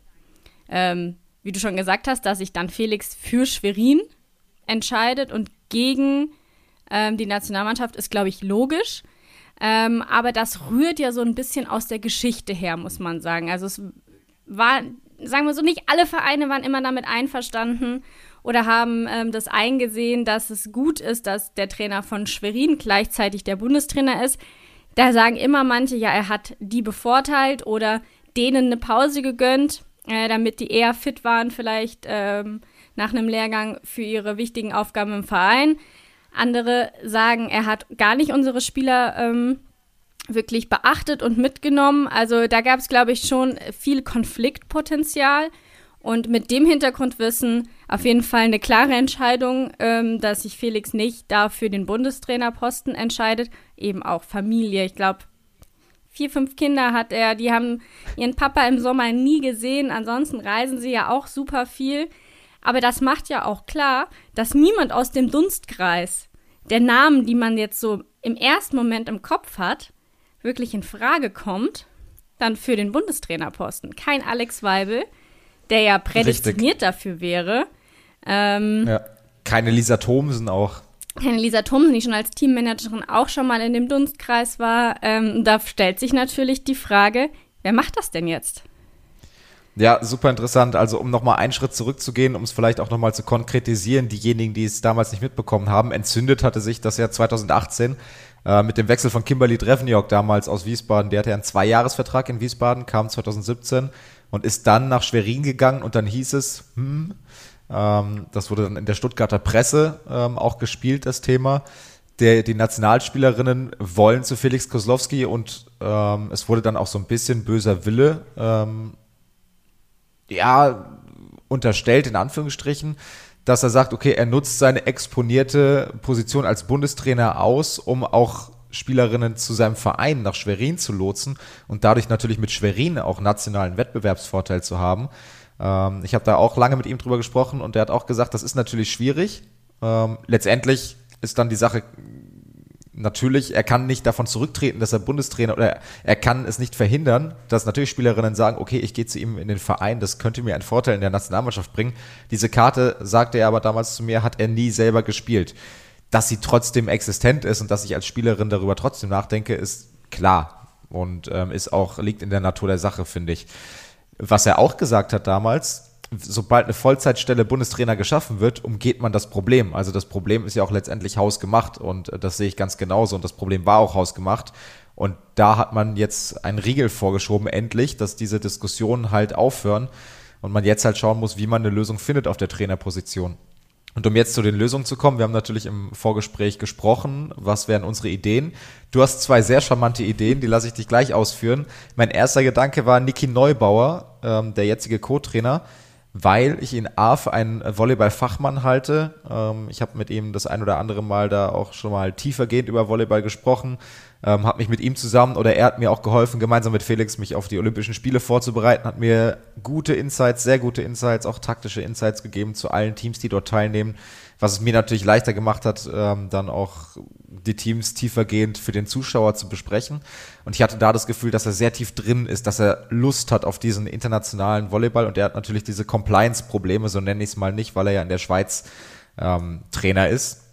Wie du schon gesagt hast, dass sich dann Felix für Schwerin entscheidet und gegen die Nationalmannschaft, ist, glaube ich, logisch. Aber das rührt ja so ein bisschen aus der Geschichte her, muss man sagen. Also es war, sagen wir so, nicht alle Vereine waren immer damit einverstanden oder haben das eingesehen, dass es gut ist, dass der Trainer von Schwerin gleichzeitig der Bundestrainer ist. Da sagen immer manche, ja, er hat die bevorteilt oder denen eine Pause gegönnt, damit die eher fit waren vielleicht nach einem Lehrgang für ihre wichtigen Aufgaben im Verein. Andere sagen, er hat gar nicht unsere Spieler wirklich beachtet und mitgenommen. Also da gab es, glaube ich, schon viel Konfliktpotenzial. Und mit dem Hintergrundwissen auf jeden Fall eine klare Entscheidung, dass sich Felix nicht da für den Bundestrainerposten entscheidet. Eben auch Familie. Ich glaube, 4, 5 Kinder hat er. Die haben ihren Papa im Sommer nie gesehen. Ansonsten reisen sie ja auch super viel. Aber das macht ja auch klar, dass niemand aus dem Dunstkreis der Namen, die man jetzt so im ersten Moment im Kopf hat, wirklich in Frage kommt, dann für den Bundestrainerposten. Kein Alex Weibel, der ja prädestiniert dafür wäre. Ja. Keine Lisa Thomsen auch. Keine Lisa Thomsen, die schon als Teammanagerin auch schon mal in dem Dunstkreis war. Da stellt sich natürlich die Frage, wer macht das denn jetzt? Ja, super interessant. Also um nochmal einen Schritt zurückzugehen, um es vielleicht auch nochmal zu konkretisieren, diejenigen, die es damals nicht mitbekommen haben, entzündet hatte sich das ja 2018 mit dem Wechsel von Kimberly Drevniok damals aus Wiesbaden. Der hatte ja einen 2-Jahres-Vertrag in Wiesbaden, kam 2017 und ist dann nach Schwerin gegangen und dann hieß es, das wurde dann in der Stuttgarter Presse auch gespielt, das Thema, die Nationalspielerinnen wollen zu Felix Kozlowski und es wurde dann auch so ein bisschen böser Wille unterstellt, in Anführungsstrichen, dass er sagt, okay, er nutzt seine exponierte Position als Bundestrainer aus, um auch Spielerinnen zu seinem Verein nach Schwerin zu lotsen und dadurch natürlich mit Schwerin auch nationalen Wettbewerbsvorteil zu haben. Ich habe da auch lange mit ihm drüber gesprochen und er hat auch gesagt, das ist natürlich schwierig. Letztendlich ist dann die Sache natürlich, er kann nicht davon zurücktreten, dass er Bundestrainer, oder er kann es nicht verhindern, dass natürlich Spielerinnen sagen, okay, ich gehe zu ihm in den Verein, das könnte mir einen Vorteil in der Nationalmannschaft bringen. Diese Karte, sagte er aber damals zu mir, hat er nie selber gespielt. Dass sie trotzdem existent ist und dass ich als Spielerin darüber trotzdem nachdenke, ist klar und liegt in der Natur der Sache, finde ich. Was er auch gesagt hat damals, sobald eine Vollzeitstelle Bundestrainer geschaffen wird, umgeht man das Problem. Also das Problem ist ja auch letztendlich hausgemacht und das sehe ich ganz genauso und das Problem war auch hausgemacht. Und da hat man jetzt einen Riegel vorgeschoben, endlich, dass diese Diskussionen halt aufhören und man jetzt halt schauen muss, wie man eine Lösung findet auf der Trainerposition. Und um jetzt zu den Lösungen zu kommen, wir haben natürlich im Vorgespräch gesprochen, was wären unsere Ideen. Du hast 2 sehr charmante Ideen, die lasse ich dich gleich ausführen. Mein erster Gedanke war Niki Neubauer, der jetzige Co-Trainer, weil ich ihn für einen Volleyball-Fachmann halte. Ich habe mit ihm das ein oder andere Mal da auch schon mal tiefergehend über Volleyball gesprochen, habe mich mit ihm zusammen, oder er hat mir auch geholfen, gemeinsam mit Felix mich auf die Olympischen Spiele vorzubereiten, hat mir gute Insights, sehr gute Insights, auch taktische Insights gegeben zu allen Teams, die dort teilnehmen, was es mir natürlich leichter gemacht hat, dann auch die Teams tiefergehend für den Zuschauer zu besprechen. Und ich hatte da das Gefühl, dass er sehr tief drin ist, dass er Lust hat auf diesen internationalen Volleyball. Und er hat natürlich diese Compliance-Probleme, so nenne ich es mal nicht, weil er ja in der Schweiz Trainer ist.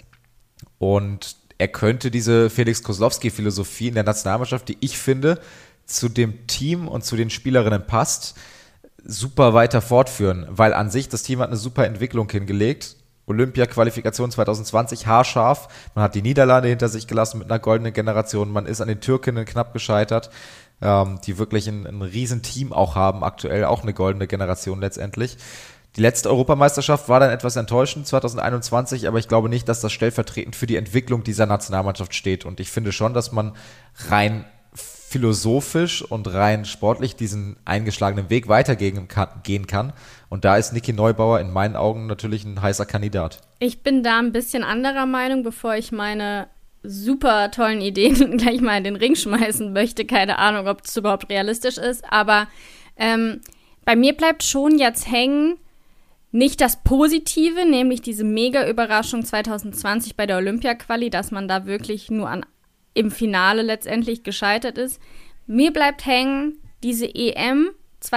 Und er könnte diese Felix Kozlowski-Philosophie in der Nationalmannschaft, die ich finde, zu dem Team und zu den Spielerinnen passt, super weiter fortführen. Weil an sich, das Team hat eine super Entwicklung hingelegt. Olympia-Qualifikation 2020 haarscharf. Man hat die Niederlande hinter sich gelassen mit einer goldenen Generation. Man ist an den Türkinnen knapp gescheitert, die wirklich ein Riesenteam auch haben, aktuell auch eine goldene Generation letztendlich. Die letzte Europameisterschaft war dann etwas enttäuschend, 2021, aber ich glaube nicht, dass das stellvertretend für die Entwicklung dieser Nationalmannschaft steht. Und ich finde schon, dass man rein philosophisch und rein sportlich diesen eingeschlagenen Weg weitergehen kann. Und da ist Niki Neubauer in meinen Augen natürlich ein heißer Kandidat. Ich bin da ein bisschen anderer Meinung, bevor ich meine super tollen Ideen gleich mal in den Ring schmeißen möchte. Keine Ahnung, ob es überhaupt realistisch ist. Aber bei mir bleibt schon jetzt hängen, nicht das Positive, nämlich diese Mega-Überraschung 2020 bei der Olympia-Quali, dass man da wirklich nur im Finale letztendlich gescheitert ist. Mir bleibt hängen diese EM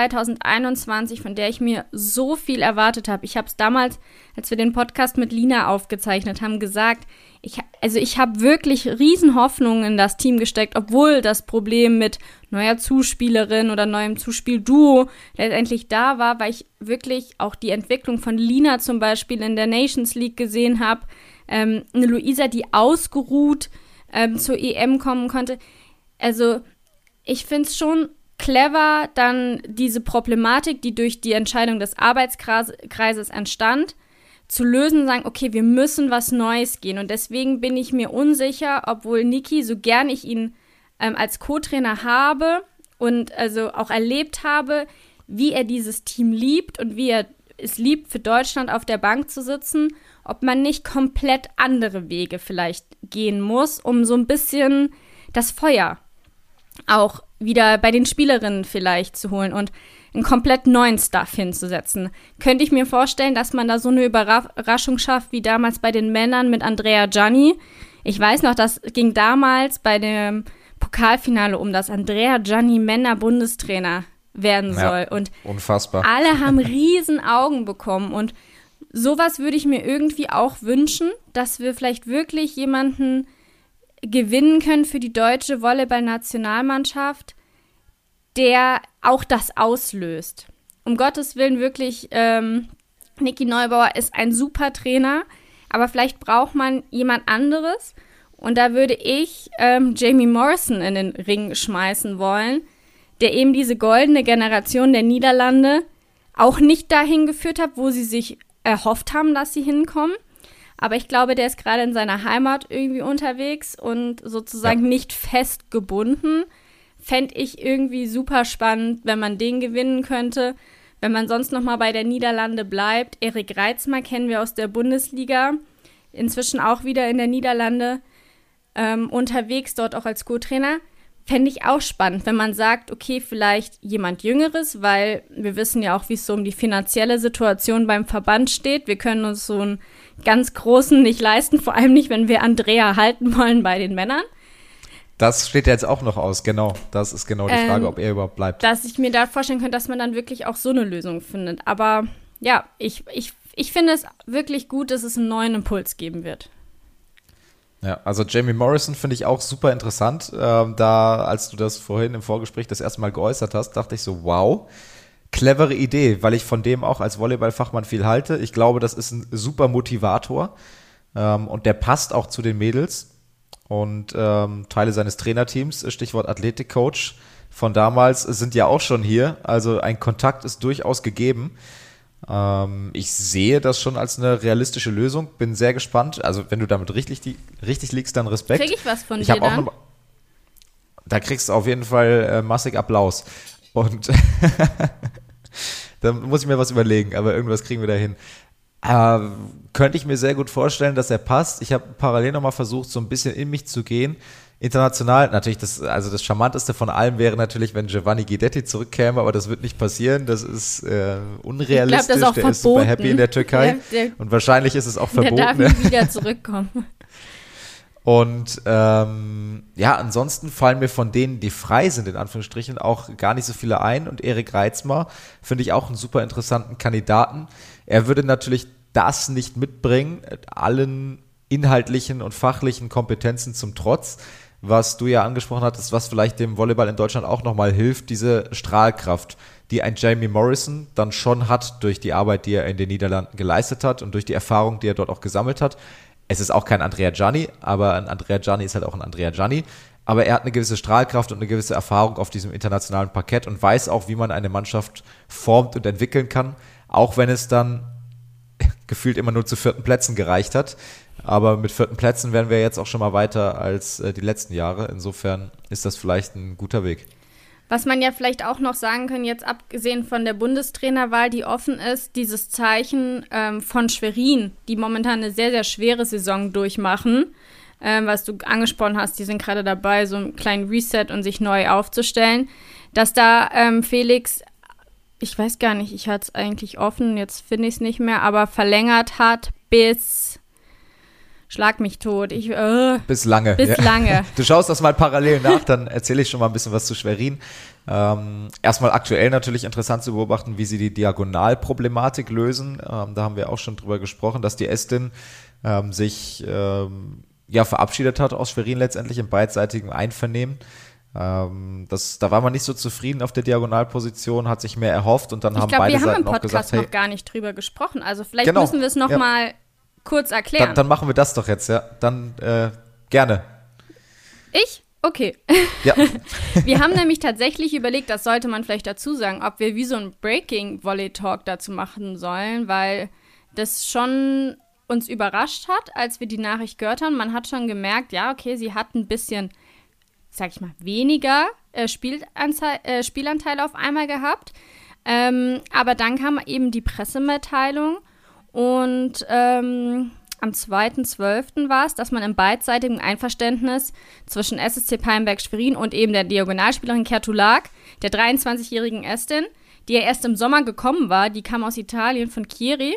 2021, von der ich mir so viel erwartet habe. Ich habe es damals, als wir den Podcast mit Lina aufgezeichnet haben, gesagt, ich habe wirklich riesen Hoffnungen in das Team gesteckt, obwohl das Problem mit neuer Zuspielerin oder neuem Zuspielduo letztendlich da war, weil ich wirklich auch die Entwicklung von Lina zum Beispiel in der Nations League gesehen habe. Eine Luisa, die ausgeruht zur EM kommen konnte. Also ich finde es schon clever, dann diese Problematik, die durch die Entscheidung des Arbeitskreises entstand, zu lösen und sagen, okay, wir müssen was Neues gehen. Und deswegen bin ich mir unsicher, obwohl Niki, so gern ich ihn als Co-Trainer habe und also auch erlebt habe, wie er dieses Team liebt und wie er es liebt, für Deutschland auf der Bank zu sitzen, ob man nicht komplett andere Wege vielleicht gehen muss, um so ein bisschen das Feuer auch wieder bei den Spielerinnen vielleicht zu holen und einen komplett neuen Stuff hinzusetzen. Könnte ich mir vorstellen, dass man da so eine Überraschung schafft, wie damals bei den Männern mit Andrea Gianni. Ich weiß noch, das ging damals bei dem Pokalfinale um, dass Andrea Gianni Männer-Bundestrainer werden soll. Ja, und unfassbar. Alle haben riesen Augen bekommen und sowas würde ich mir irgendwie auch wünschen, dass wir vielleicht wirklich jemanden gewinnen können für die deutsche Volleyball-Nationalmannschaft, der auch das auslöst. Um Gottes Willen wirklich, Niki Neubauer ist ein super Trainer, aber vielleicht braucht man jemand anderes und da würde ich Jamie Morrison in den Ring schmeißen wollen, der eben diese goldene Generation der Niederlande auch nicht dahin geführt hat, wo sie sich erhofft haben, dass sie hinkommen. Aber ich glaube, der ist gerade in seiner Heimat irgendwie unterwegs und sozusagen nicht festgebunden. Fände ich irgendwie super spannend, wenn man den gewinnen könnte. Wenn man sonst noch mal bei der Niederlande bleibt. Erik Reitzmer kennen wir aus der Bundesliga. Inzwischen auch wieder in der Niederlande unterwegs, dort auch als Co-Trainer. Fände ich auch spannend, wenn man sagt, okay, vielleicht jemand Jüngeres, weil wir wissen ja auch, wie es so um die finanzielle Situation beim Verband steht. Wir können uns so einen ganz großen nicht leisten, vor allem nicht, wenn wir Andrea halten wollen bei den Männern. Das steht ja jetzt auch noch aus, genau. Das ist genau die Frage, ob er überhaupt bleibt. Dass ich mir da vorstellen könnte, dass man dann wirklich auch so eine Lösung findet. Aber ja, ich finde es wirklich gut, dass es einen neuen Impuls geben wird. Ja, also Jamie Morrison finde ich auch super interessant. Da, als du das vorhin im Vorgespräch das erste Mal geäußert hast, dachte ich so, wow, clevere Idee, weil ich von dem auch als Volleyballfachmann viel halte. Ich glaube, das ist ein super Motivator und der passt auch zu den Mädels und Teile seines Trainerteams, Stichwort Athletikcoach von damals, sind ja auch schon hier. Also ein Kontakt ist durchaus gegeben. Ich sehe das schon als eine realistische Lösung, bin sehr gespannt. Also wenn du damit richtig liegst, dann Respekt. Krieg ich was von dir dann? Da kriegst du auf jeden Fall massig Applaus. Und da muss ich mir was überlegen, aber irgendwas kriegen wir da hin. Könnte ich mir sehr gut vorstellen, dass er passt. Ich habe parallel nochmal versucht, so ein bisschen in mich zu gehen. International, natürlich, das Charmanteste von allem wäre natürlich, wenn Giovanni Guidetti zurückkäme, aber das wird nicht passieren. Das ist unrealistisch. Ich glaub, das ist auch der ist super happy in der Türkei. Und wahrscheinlich ist es auch verboten. Der darf nie wieder zurückkommen. Und ansonsten fallen mir von denen, die frei sind, in Anführungsstrichen, auch gar nicht so viele ein. Und Erik Reitzmer finde ich auch einen super interessanten Kandidaten. Er würde natürlich das nicht mitbringen, allen inhaltlichen und fachlichen Kompetenzen zum Trotz, was du ja angesprochen hattest, was vielleicht dem Volleyball in Deutschland auch nochmal hilft, diese Strahlkraft, die ein Jamie Morrison dann schon hat durch die Arbeit, die er in den Niederlanden geleistet hat und durch die Erfahrung, die er dort auch gesammelt hat. Es ist auch kein Andrea Gianni, aber ein Andrea Gianni ist halt auch ein Andrea Gianni. Aber er hat eine gewisse Strahlkraft und eine gewisse Erfahrung auf diesem internationalen Parkett und weiß auch, wie man eine Mannschaft formt und entwickeln kann, auch wenn es dann gefühlt immer nur zu 4. Plätzen gereicht hat. Aber mit 4. Plätzen wären wir jetzt auch schon mal weiter als die letzten Jahre. Insofern ist das vielleicht ein guter Weg. Was man ja vielleicht auch noch sagen kann, jetzt abgesehen von der Bundestrainerwahl, die offen ist, dieses Zeichen von Schwerin, die momentan eine sehr, sehr schwere Saison durchmachen, was du angesprochen hast, die sind gerade dabei, so einen kleinen Reset und sich neu aufzustellen, dass da Felix, ich weiß gar nicht, ich hatte es eigentlich offen, jetzt finde ich es nicht mehr, aber verlängert hat bis, schlag mich tot, bis lange. Lange. Du schaust das mal parallel nach, dann erzähle ich schon mal ein bisschen was zu Schwerin. Erstmal aktuell natürlich interessant zu beobachten, wie sie die Diagonalproblematik lösen. Da haben wir auch schon drüber gesprochen, dass die Estin sich verabschiedet hat aus Schwerin letztendlich im beidseitigen Einvernehmen. Da war man nicht so zufrieden auf der Diagonalposition, hat sich mehr erhofft und dann haben beide Seiten auch gesagt, wir haben im Podcast noch gar nicht drüber gesprochen. Also vielleicht müssen wir es noch mal kurz erklären. Dann machen wir das doch jetzt, ja. Dann gerne. Ich? Okay. Ja. Wir haben nämlich tatsächlich überlegt, das sollte man vielleicht dazu sagen, ob wir wie so ein Breaking-Volley-Talk dazu machen sollen, weil das schon uns überrascht hat, als wir die Nachricht gehört haben. Man hat schon gemerkt, ja, okay, sie hat ein bisschen, sag ich mal, weniger Spielanteile auf einmal gehabt. Aber dann kam eben die Pressemitteilung und am 2.12. war es, dass man im beidseitigen Einverständnis zwischen SSC Pallenberg Schwerin und eben der Diagonalspielerin Kertulag, der 23-jährigen Estin, die ja erst im Sommer gekommen war, die kam aus Italien von Chieri,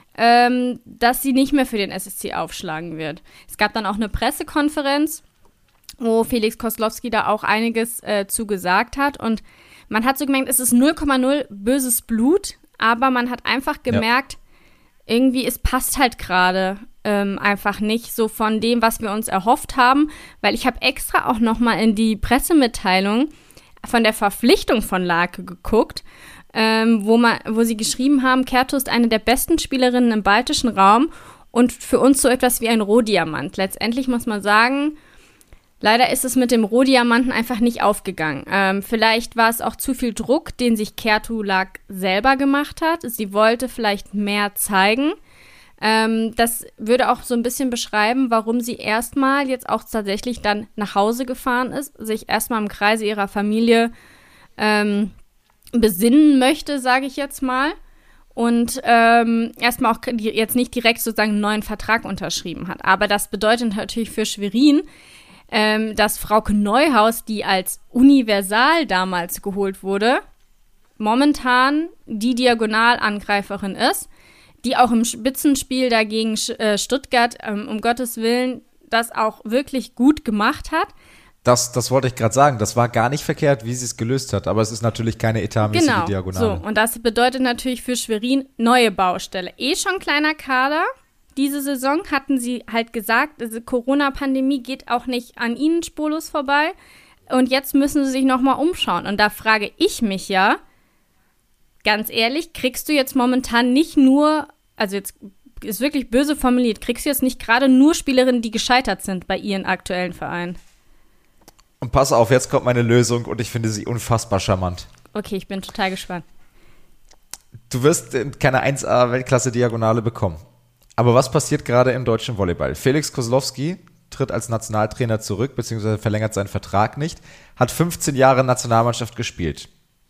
dass sie nicht mehr für den SSC aufschlagen wird. Es gab dann auch eine Pressekonferenz, wo Felix Kozlowski da auch einiges zu gesagt hat und man hat so gemerkt, es ist 0,0 böses Blut, aber man hat einfach gemerkt, irgendwie, es passt halt gerade einfach nicht so von dem, was wir uns erhofft haben, weil ich habe extra auch noch mal in die Pressemitteilung von der Verpflichtung von Lake geguckt, wo sie geschrieben haben, Kertu ist eine der besten Spielerinnen im baltischen Raum und für uns so etwas wie ein Rohdiamant. Letztendlich muss man sagen, leider ist es mit dem Rohdiamanten einfach nicht aufgegangen. Vielleicht war es auch zu viel Druck, den sich Kertulag selber gemacht hat. Sie wollte vielleicht mehr zeigen. Das würde auch so ein bisschen beschreiben, warum sie erstmal jetzt auch tatsächlich dann nach Hause gefahren ist, sich erstmal im Kreise ihrer Familie besinnen möchte, sage ich jetzt mal. Und erstmal auch jetzt nicht direkt sozusagen einen neuen Vertrag unterschrieben hat. Aber das bedeutet natürlich für Schwerin, dass Frauke Neuhaus, die als Universal damals geholt wurde, momentan die Diagonalangreiferin ist, die auch im Spitzenspiel dagegen Stuttgart, um Gottes Willen, das auch wirklich gut gemacht hat. Das wollte ich gerade sagen. Das war gar nicht verkehrt, wie sie es gelöst hat. Aber es ist natürlich keine etatmäßige Diagonale. So, und das bedeutet natürlich für Schwerin neue Baustelle. Schon kleiner Kader. Diese Saison hatten sie halt gesagt, diese Corona-Pandemie geht auch nicht an ihnen spurlos vorbei. Und jetzt müssen sie sich nochmal umschauen. Und da frage ich mich ja, ganz ehrlich, kriegst du jetzt momentan nicht nur, also jetzt ist wirklich böse formuliert, kriegst du jetzt nicht gerade nur Spielerinnen, die gescheitert sind bei ihren aktuellen Vereinen? Und pass auf, jetzt kommt meine Lösung und ich finde sie unfassbar charmant. Okay, ich bin total gespannt. Du wirst keine 1A-Weltklasse-Diagonale bekommen. Aber was passiert gerade im deutschen Volleyball? Felix Kozlowski tritt als Nationaltrainer zurück, beziehungsweise verlängert seinen Vertrag nicht, hat 15 Jahre Nationalmannschaft gespielt.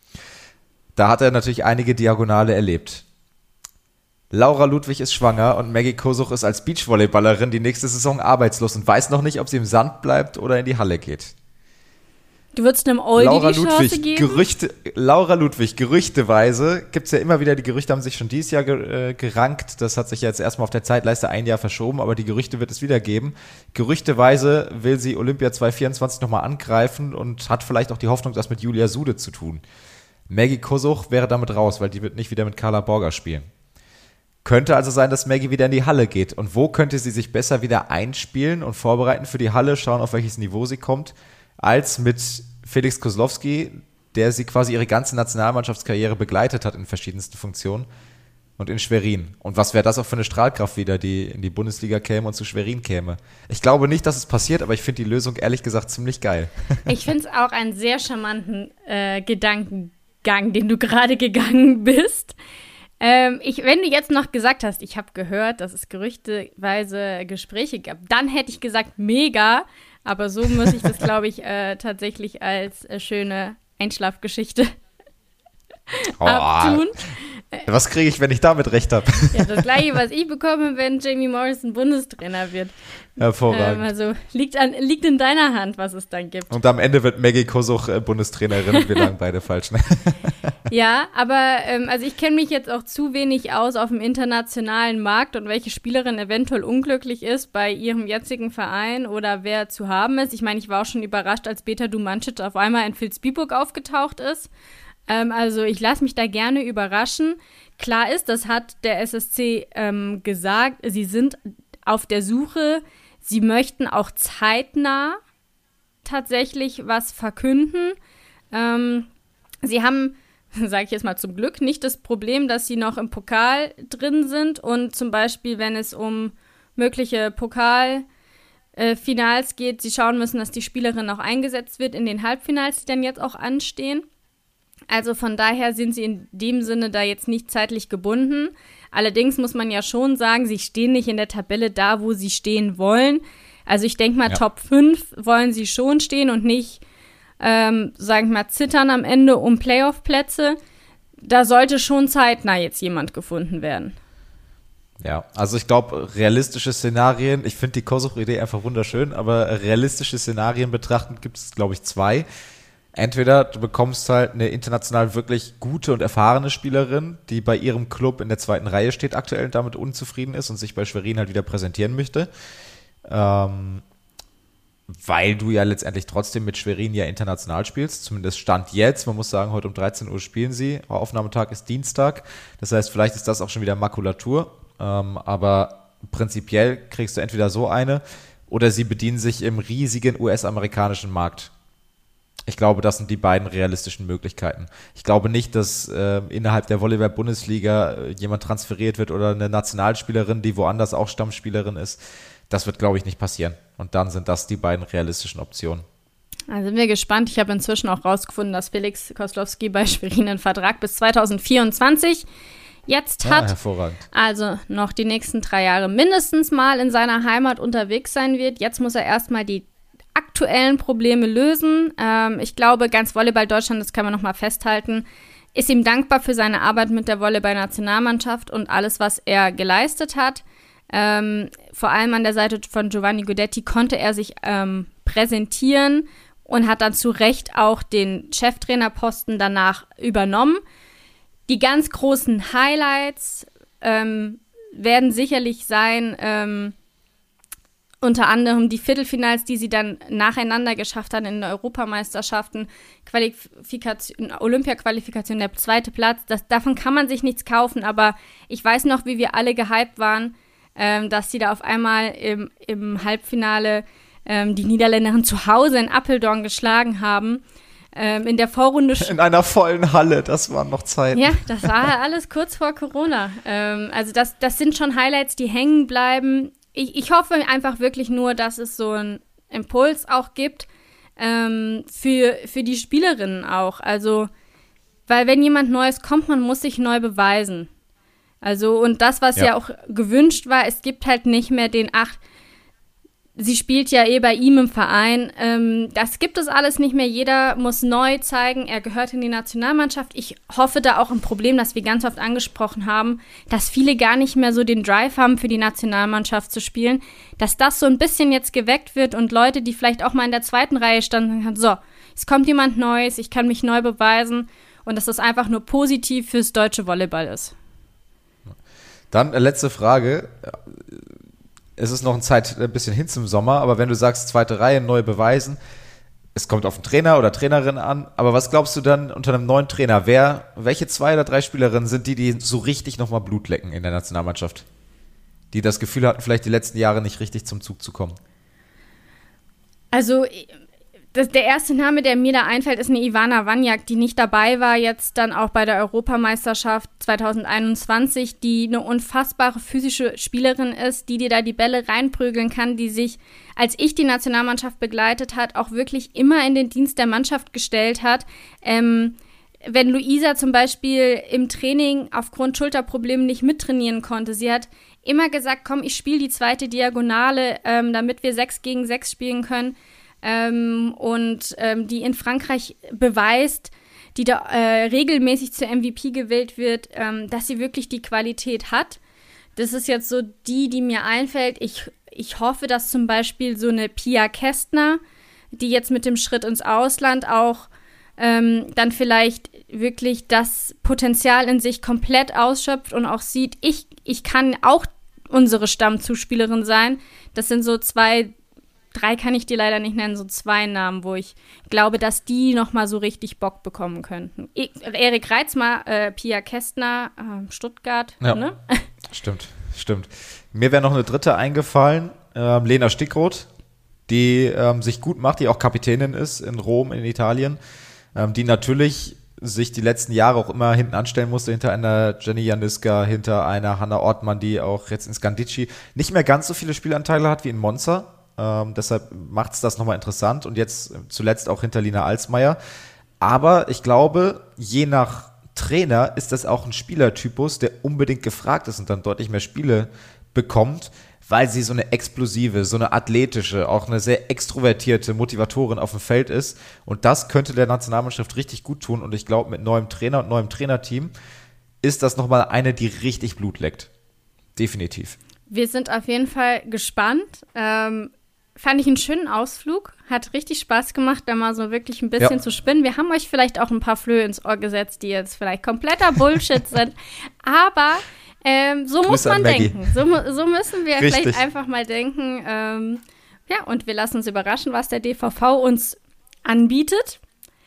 Da hat er natürlich einige Diagonale erlebt. Laura Ludwig ist schwanger und Maggie Kosuch ist als Beachvolleyballerin die nächste Saison arbeitslos und weiß noch nicht, ob sie im Sand bleibt oder in die Halle geht. Du würdest einem Oldie die Chance geben? Laura Ludwig, gerüchteweise, gibt es ja immer wieder, die Gerüchte haben sich schon dieses Jahr gerankt, das hat sich ja jetzt erstmal auf der Zeitleiste ein Jahr verschoben, aber die Gerüchte wird es wieder geben. Gerüchteweise will sie Olympia 2024 nochmal angreifen und hat vielleicht auch die Hoffnung, das mit Julia Sude zu tun. Maggie Kosuch wäre damit raus, weil die wird nicht wieder mit Carla Borger spielen. Könnte also sein, dass Maggie wieder in die Halle geht. Und wo könnte sie sich besser wieder einspielen und vorbereiten für die Halle, schauen, auf welches Niveau sie kommt, als mit Felix Kozlowski, der sie quasi ihre ganze Nationalmannschaftskarriere begleitet hat in verschiedensten Funktionen und in Schwerin. Und was wäre das auch für eine Strahlkraft wieder, die in die Bundesliga käme und zu Schwerin käme? Ich glaube nicht, dass es passiert, aber ich finde die Lösung ehrlich gesagt ziemlich geil. Ich finde es auch einen sehr charmanten Gedankengang, den du gerade gegangen bist. Wenn du jetzt noch gesagt hast, ich habe gehört, dass es gerüchteweise Gespräche gab, dann hätte ich gesagt, mega. Aber so muss ich das, glaube ich, tatsächlich als schöne Einschlafgeschichte abtun. Was kriege ich, wenn ich damit recht habe? Ja, das Gleiche, was ich bekomme, wenn Jamie Morrison Bundestrainer wird. Hervorragend. Also liegt in deiner Hand, was es dann gibt. Und am Ende wird Maggie Kosuch Bundestrainerin und wir lagen beide falsch. Ne? Ja, aber also ich kenne mich jetzt auch zu wenig aus auf dem internationalen Markt und welche Spielerin eventuell unglücklich ist bei ihrem jetzigen Verein oder wer zu haben ist. Ich meine, ich war auch schon überrascht, als Beta Dumancic auf einmal in Vilsbiburg aufgetaucht ist. Also ich lasse mich da gerne überraschen. Klar ist, das hat der SSC gesagt, sie sind auf der Suche, sie möchten auch zeitnah tatsächlich was verkünden. Sie haben, sage ich jetzt mal zum Glück, nicht das Problem, dass sie noch im Pokal drin sind und zum Beispiel, wenn es um mögliche Pokalfinals geht, sie schauen müssen, dass die Spielerin auch eingesetzt wird in den Halbfinals, die dann jetzt auch anstehen. Also von daher sind sie in dem Sinne da jetzt nicht zeitlich gebunden. Allerdings muss man ja schon sagen, sie stehen nicht in der Tabelle da, wo sie stehen wollen. Also ich denke mal, ja. Top 5 wollen sie schon stehen und nicht, sagen wir mal, zittern am Ende um Playoff-Plätze. Da sollte schon zeitnah jetzt jemand gefunden werden. Ja, also ich glaube, realistische Szenarien, ich finde die Kosuch-Idee einfach wunderschön, aber realistische Szenarien betrachtend gibt es, glaube ich, 2. Entweder du bekommst halt eine international wirklich gute und erfahrene Spielerin, die bei ihrem Club in der 2. Reihe steht aktuell und damit unzufrieden ist und sich bei Schwerin halt wieder präsentieren möchte. Weil du ja letztendlich trotzdem mit Schwerin ja international spielst, zumindest Stand jetzt. Man muss sagen, heute um 13 Uhr spielen sie. Aufnahmetag ist Dienstag. Das heißt, vielleicht ist das auch schon wieder Makulatur. Aber prinzipiell kriegst du entweder so eine oder sie bedienen sich im riesigen US-amerikanischen Markt. Ich glaube, das sind die beiden realistischen Möglichkeiten. Ich glaube nicht, dass innerhalb der Volleyball-Bundesliga jemand transferiert wird oder eine Nationalspielerin, die woanders auch Stammspielerin ist. Das wird, glaube ich, nicht passieren. Und dann sind das die beiden realistischen Optionen. Also sind wir gespannt. Ich habe inzwischen auch rausgefunden, dass Felix Koslowski bei Schwerin einen Vertrag bis 2024 jetzt hat. Hervorragend. Also noch die nächsten 3 Jahre mindestens mal in seiner Heimat unterwegs sein wird. Jetzt muss er erstmal die aktuellen Probleme lösen. Ich glaube, ganz Volleyball Deutschland, das kann man nochmal festhalten, ist ihm dankbar für seine Arbeit mit der Volleyball-Nationalmannschaft und alles, was er geleistet hat. Vor allem an der Seite von Giovanni Guidetti konnte er sich präsentieren und hat dann zu Recht auch den Cheftrainerposten danach übernommen. Die ganz großen Highlights werden sicherlich sein, unter anderem die Viertelfinals, die sie dann nacheinander geschafft haben in den Europameisterschaften, Olympia-Qualifikation, der 2. Platz. Davon kann man sich nichts kaufen, aber ich weiß noch, wie wir alle gehypt waren, dass sie da auf einmal im Halbfinale die Niederländerin zu Hause in Apeldoorn geschlagen haben. In der Vorrunde in einer vollen Halle, das waren noch Zeiten. Ja, das war alles kurz vor Corona. Also das sind schon Highlights, die hängen bleiben. Ich hoffe einfach wirklich nur, dass es so einen Impuls auch gibt für die Spielerinnen auch. Also, weil wenn jemand Neues kommt, man muss sich neu beweisen. Also, und das, was ja auch gewünscht war, es gibt halt nicht mehr sie spielt ja bei ihm im Verein. Das gibt es alles nicht mehr. Jeder muss neu zeigen, er gehört in die Nationalmannschaft. Ich hoffe da auch ein Problem, das wir ganz oft angesprochen haben, dass viele gar nicht mehr so den Drive haben, für die Nationalmannschaft zu spielen. Dass das so ein bisschen jetzt geweckt wird und Leute, die vielleicht auch mal in der 2. Reihe standen, sagen, so, es kommt jemand Neues, ich kann mich neu beweisen und dass das einfach nur positiv fürs deutsche Volleyball ist. Dann letzte Frage. Es ist noch ein bisschen hin zum Sommer, aber wenn du sagst, 2. Reihe, neu beweisen, es kommt auf den Trainer oder Trainerin an, aber was glaubst du dann unter einem neuen Trainer? Welche 2 oder 3 Spielerinnen sind die so richtig nochmal Blut lecken in der Nationalmannschaft? Die das Gefühl hatten, vielleicht die letzten Jahre nicht richtig zum Zug zu kommen? Also der erste Name, der mir da einfällt, ist eine Ivana Wanjak, die nicht dabei war, jetzt dann auch bei der Europameisterschaft 2021, die eine unfassbare physische Spielerin ist, die dir da die Bälle reinprügeln kann, die sich, als ich die Nationalmannschaft begleitet hat, auch wirklich immer in den Dienst der Mannschaft gestellt hat. wenn Luisa zum Beispiel im Training aufgrund Schulterproblemen nicht mittrainieren konnte, sie hat immer gesagt, komm, ich spiele die zweite Diagonale, damit wir 6 gegen 6 spielen können. Die in Frankreich beweist, die da regelmäßig zur MVP gewählt wird, dass sie wirklich die Qualität hat. Das ist jetzt so die mir einfällt. Ich hoffe, dass zum Beispiel so eine Pia Kästner, die jetzt mit dem Schritt ins Ausland auch dann vielleicht wirklich das Potenzial in sich komplett ausschöpft und auch sieht, ich kann auch unsere Stammzuspielerin sein. Das sind so 2, 3 kann ich dir leider nicht nennen, so 2 Namen, wo ich glaube, dass die nochmal so richtig Bock bekommen könnten. Erik Reitzmar, Pia Kästner, Stuttgart, ja, ne? Stimmt. Mir wäre noch eine dritte eingefallen, Lena Stickroth, die sich gut macht, die auch Kapitänin ist in Rom, in Italien, die natürlich sich die letzten Jahre auch immer hinten anstellen musste, hinter einer Jenny Janiska, hinter einer Hannah Ortmann, die auch jetzt in Scandicci nicht mehr ganz so viele Spielanteile hat wie in Monza. Deshalb macht es das nochmal interessant und jetzt zuletzt auch hinter Lina Alsmeier. Aber ich glaube, je nach Trainer ist das auch ein Spielertypus, der unbedingt gefragt ist und dann deutlich mehr Spiele bekommt, weil sie so eine explosive, so eine athletische, auch eine sehr extrovertierte Motivatorin auf dem Feld ist. Und das könnte der Nationalmannschaft richtig gut tun. Und ich glaube, mit neuem Trainer und neuem Trainerteam ist das nochmal eine, die richtig Blut leckt. Definitiv. Wir sind auf jeden Fall gespannt. Fand ich einen schönen Ausflug. Hat richtig Spaß gemacht, da mal so wirklich ein bisschen zu spinnen. Wir haben euch vielleicht auch ein paar Flöhe ins Ohr gesetzt, die jetzt vielleicht kompletter Bullshit sind. Aber so Grüße muss man denken. So müssen wir vielleicht einfach mal denken. Und wir lassen uns überraschen, was der DVV uns anbietet.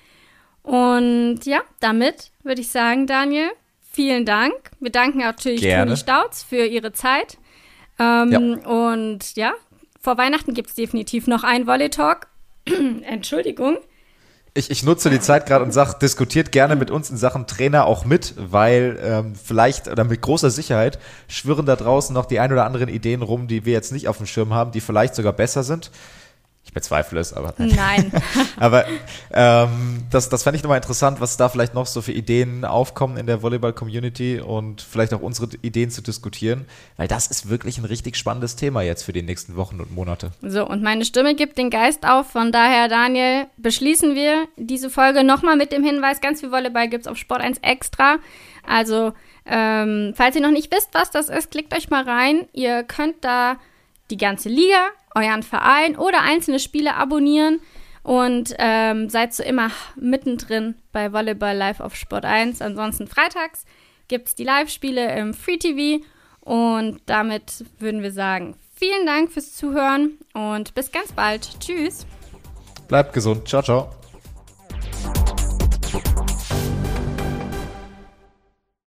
Und ja, damit würde ich sagen, Daniel, vielen Dank. Wir danken natürlich Toni Stauz für ihre Zeit. Und ja, vor Weihnachten gibt es definitiv noch einen Volley-Talk. Entschuldigung. Ich nutze die Zeit gerade und sage, diskutiert gerne mit uns in Sachen Trainer auch mit, weil vielleicht oder mit großer Sicherheit schwirren da draußen noch die ein oder anderen Ideen rum, die wir jetzt nicht auf dem Schirm haben, die vielleicht sogar besser sind. Ich bezweifle es, aber nein. Aber das fände ich nochmal interessant, was da vielleicht noch so für Ideen aufkommen in der Volleyball-Community und vielleicht auch unsere Ideen zu diskutieren, weil das ist wirklich ein richtig spannendes Thema jetzt für die nächsten Wochen und Monate. So, und meine Stimme gibt den Geist auf, von daher, Daniel, beschließen wir diese Folge nochmal mit dem Hinweis, ganz viel Volleyball gibt es auf Sport 1 extra, also falls ihr noch nicht wisst, was das ist, klickt euch mal rein, ihr könnt da die ganze Liga, euren Verein oder einzelne Spiele abonnieren und seid so immer mittendrin bei Volleyball live auf Sport 1. Ansonsten freitags gibt es die Live-Spiele im Free TV und damit würden wir sagen, vielen Dank fürs Zuhören und bis ganz bald. Tschüss. Bleibt gesund. Ciao, ciao.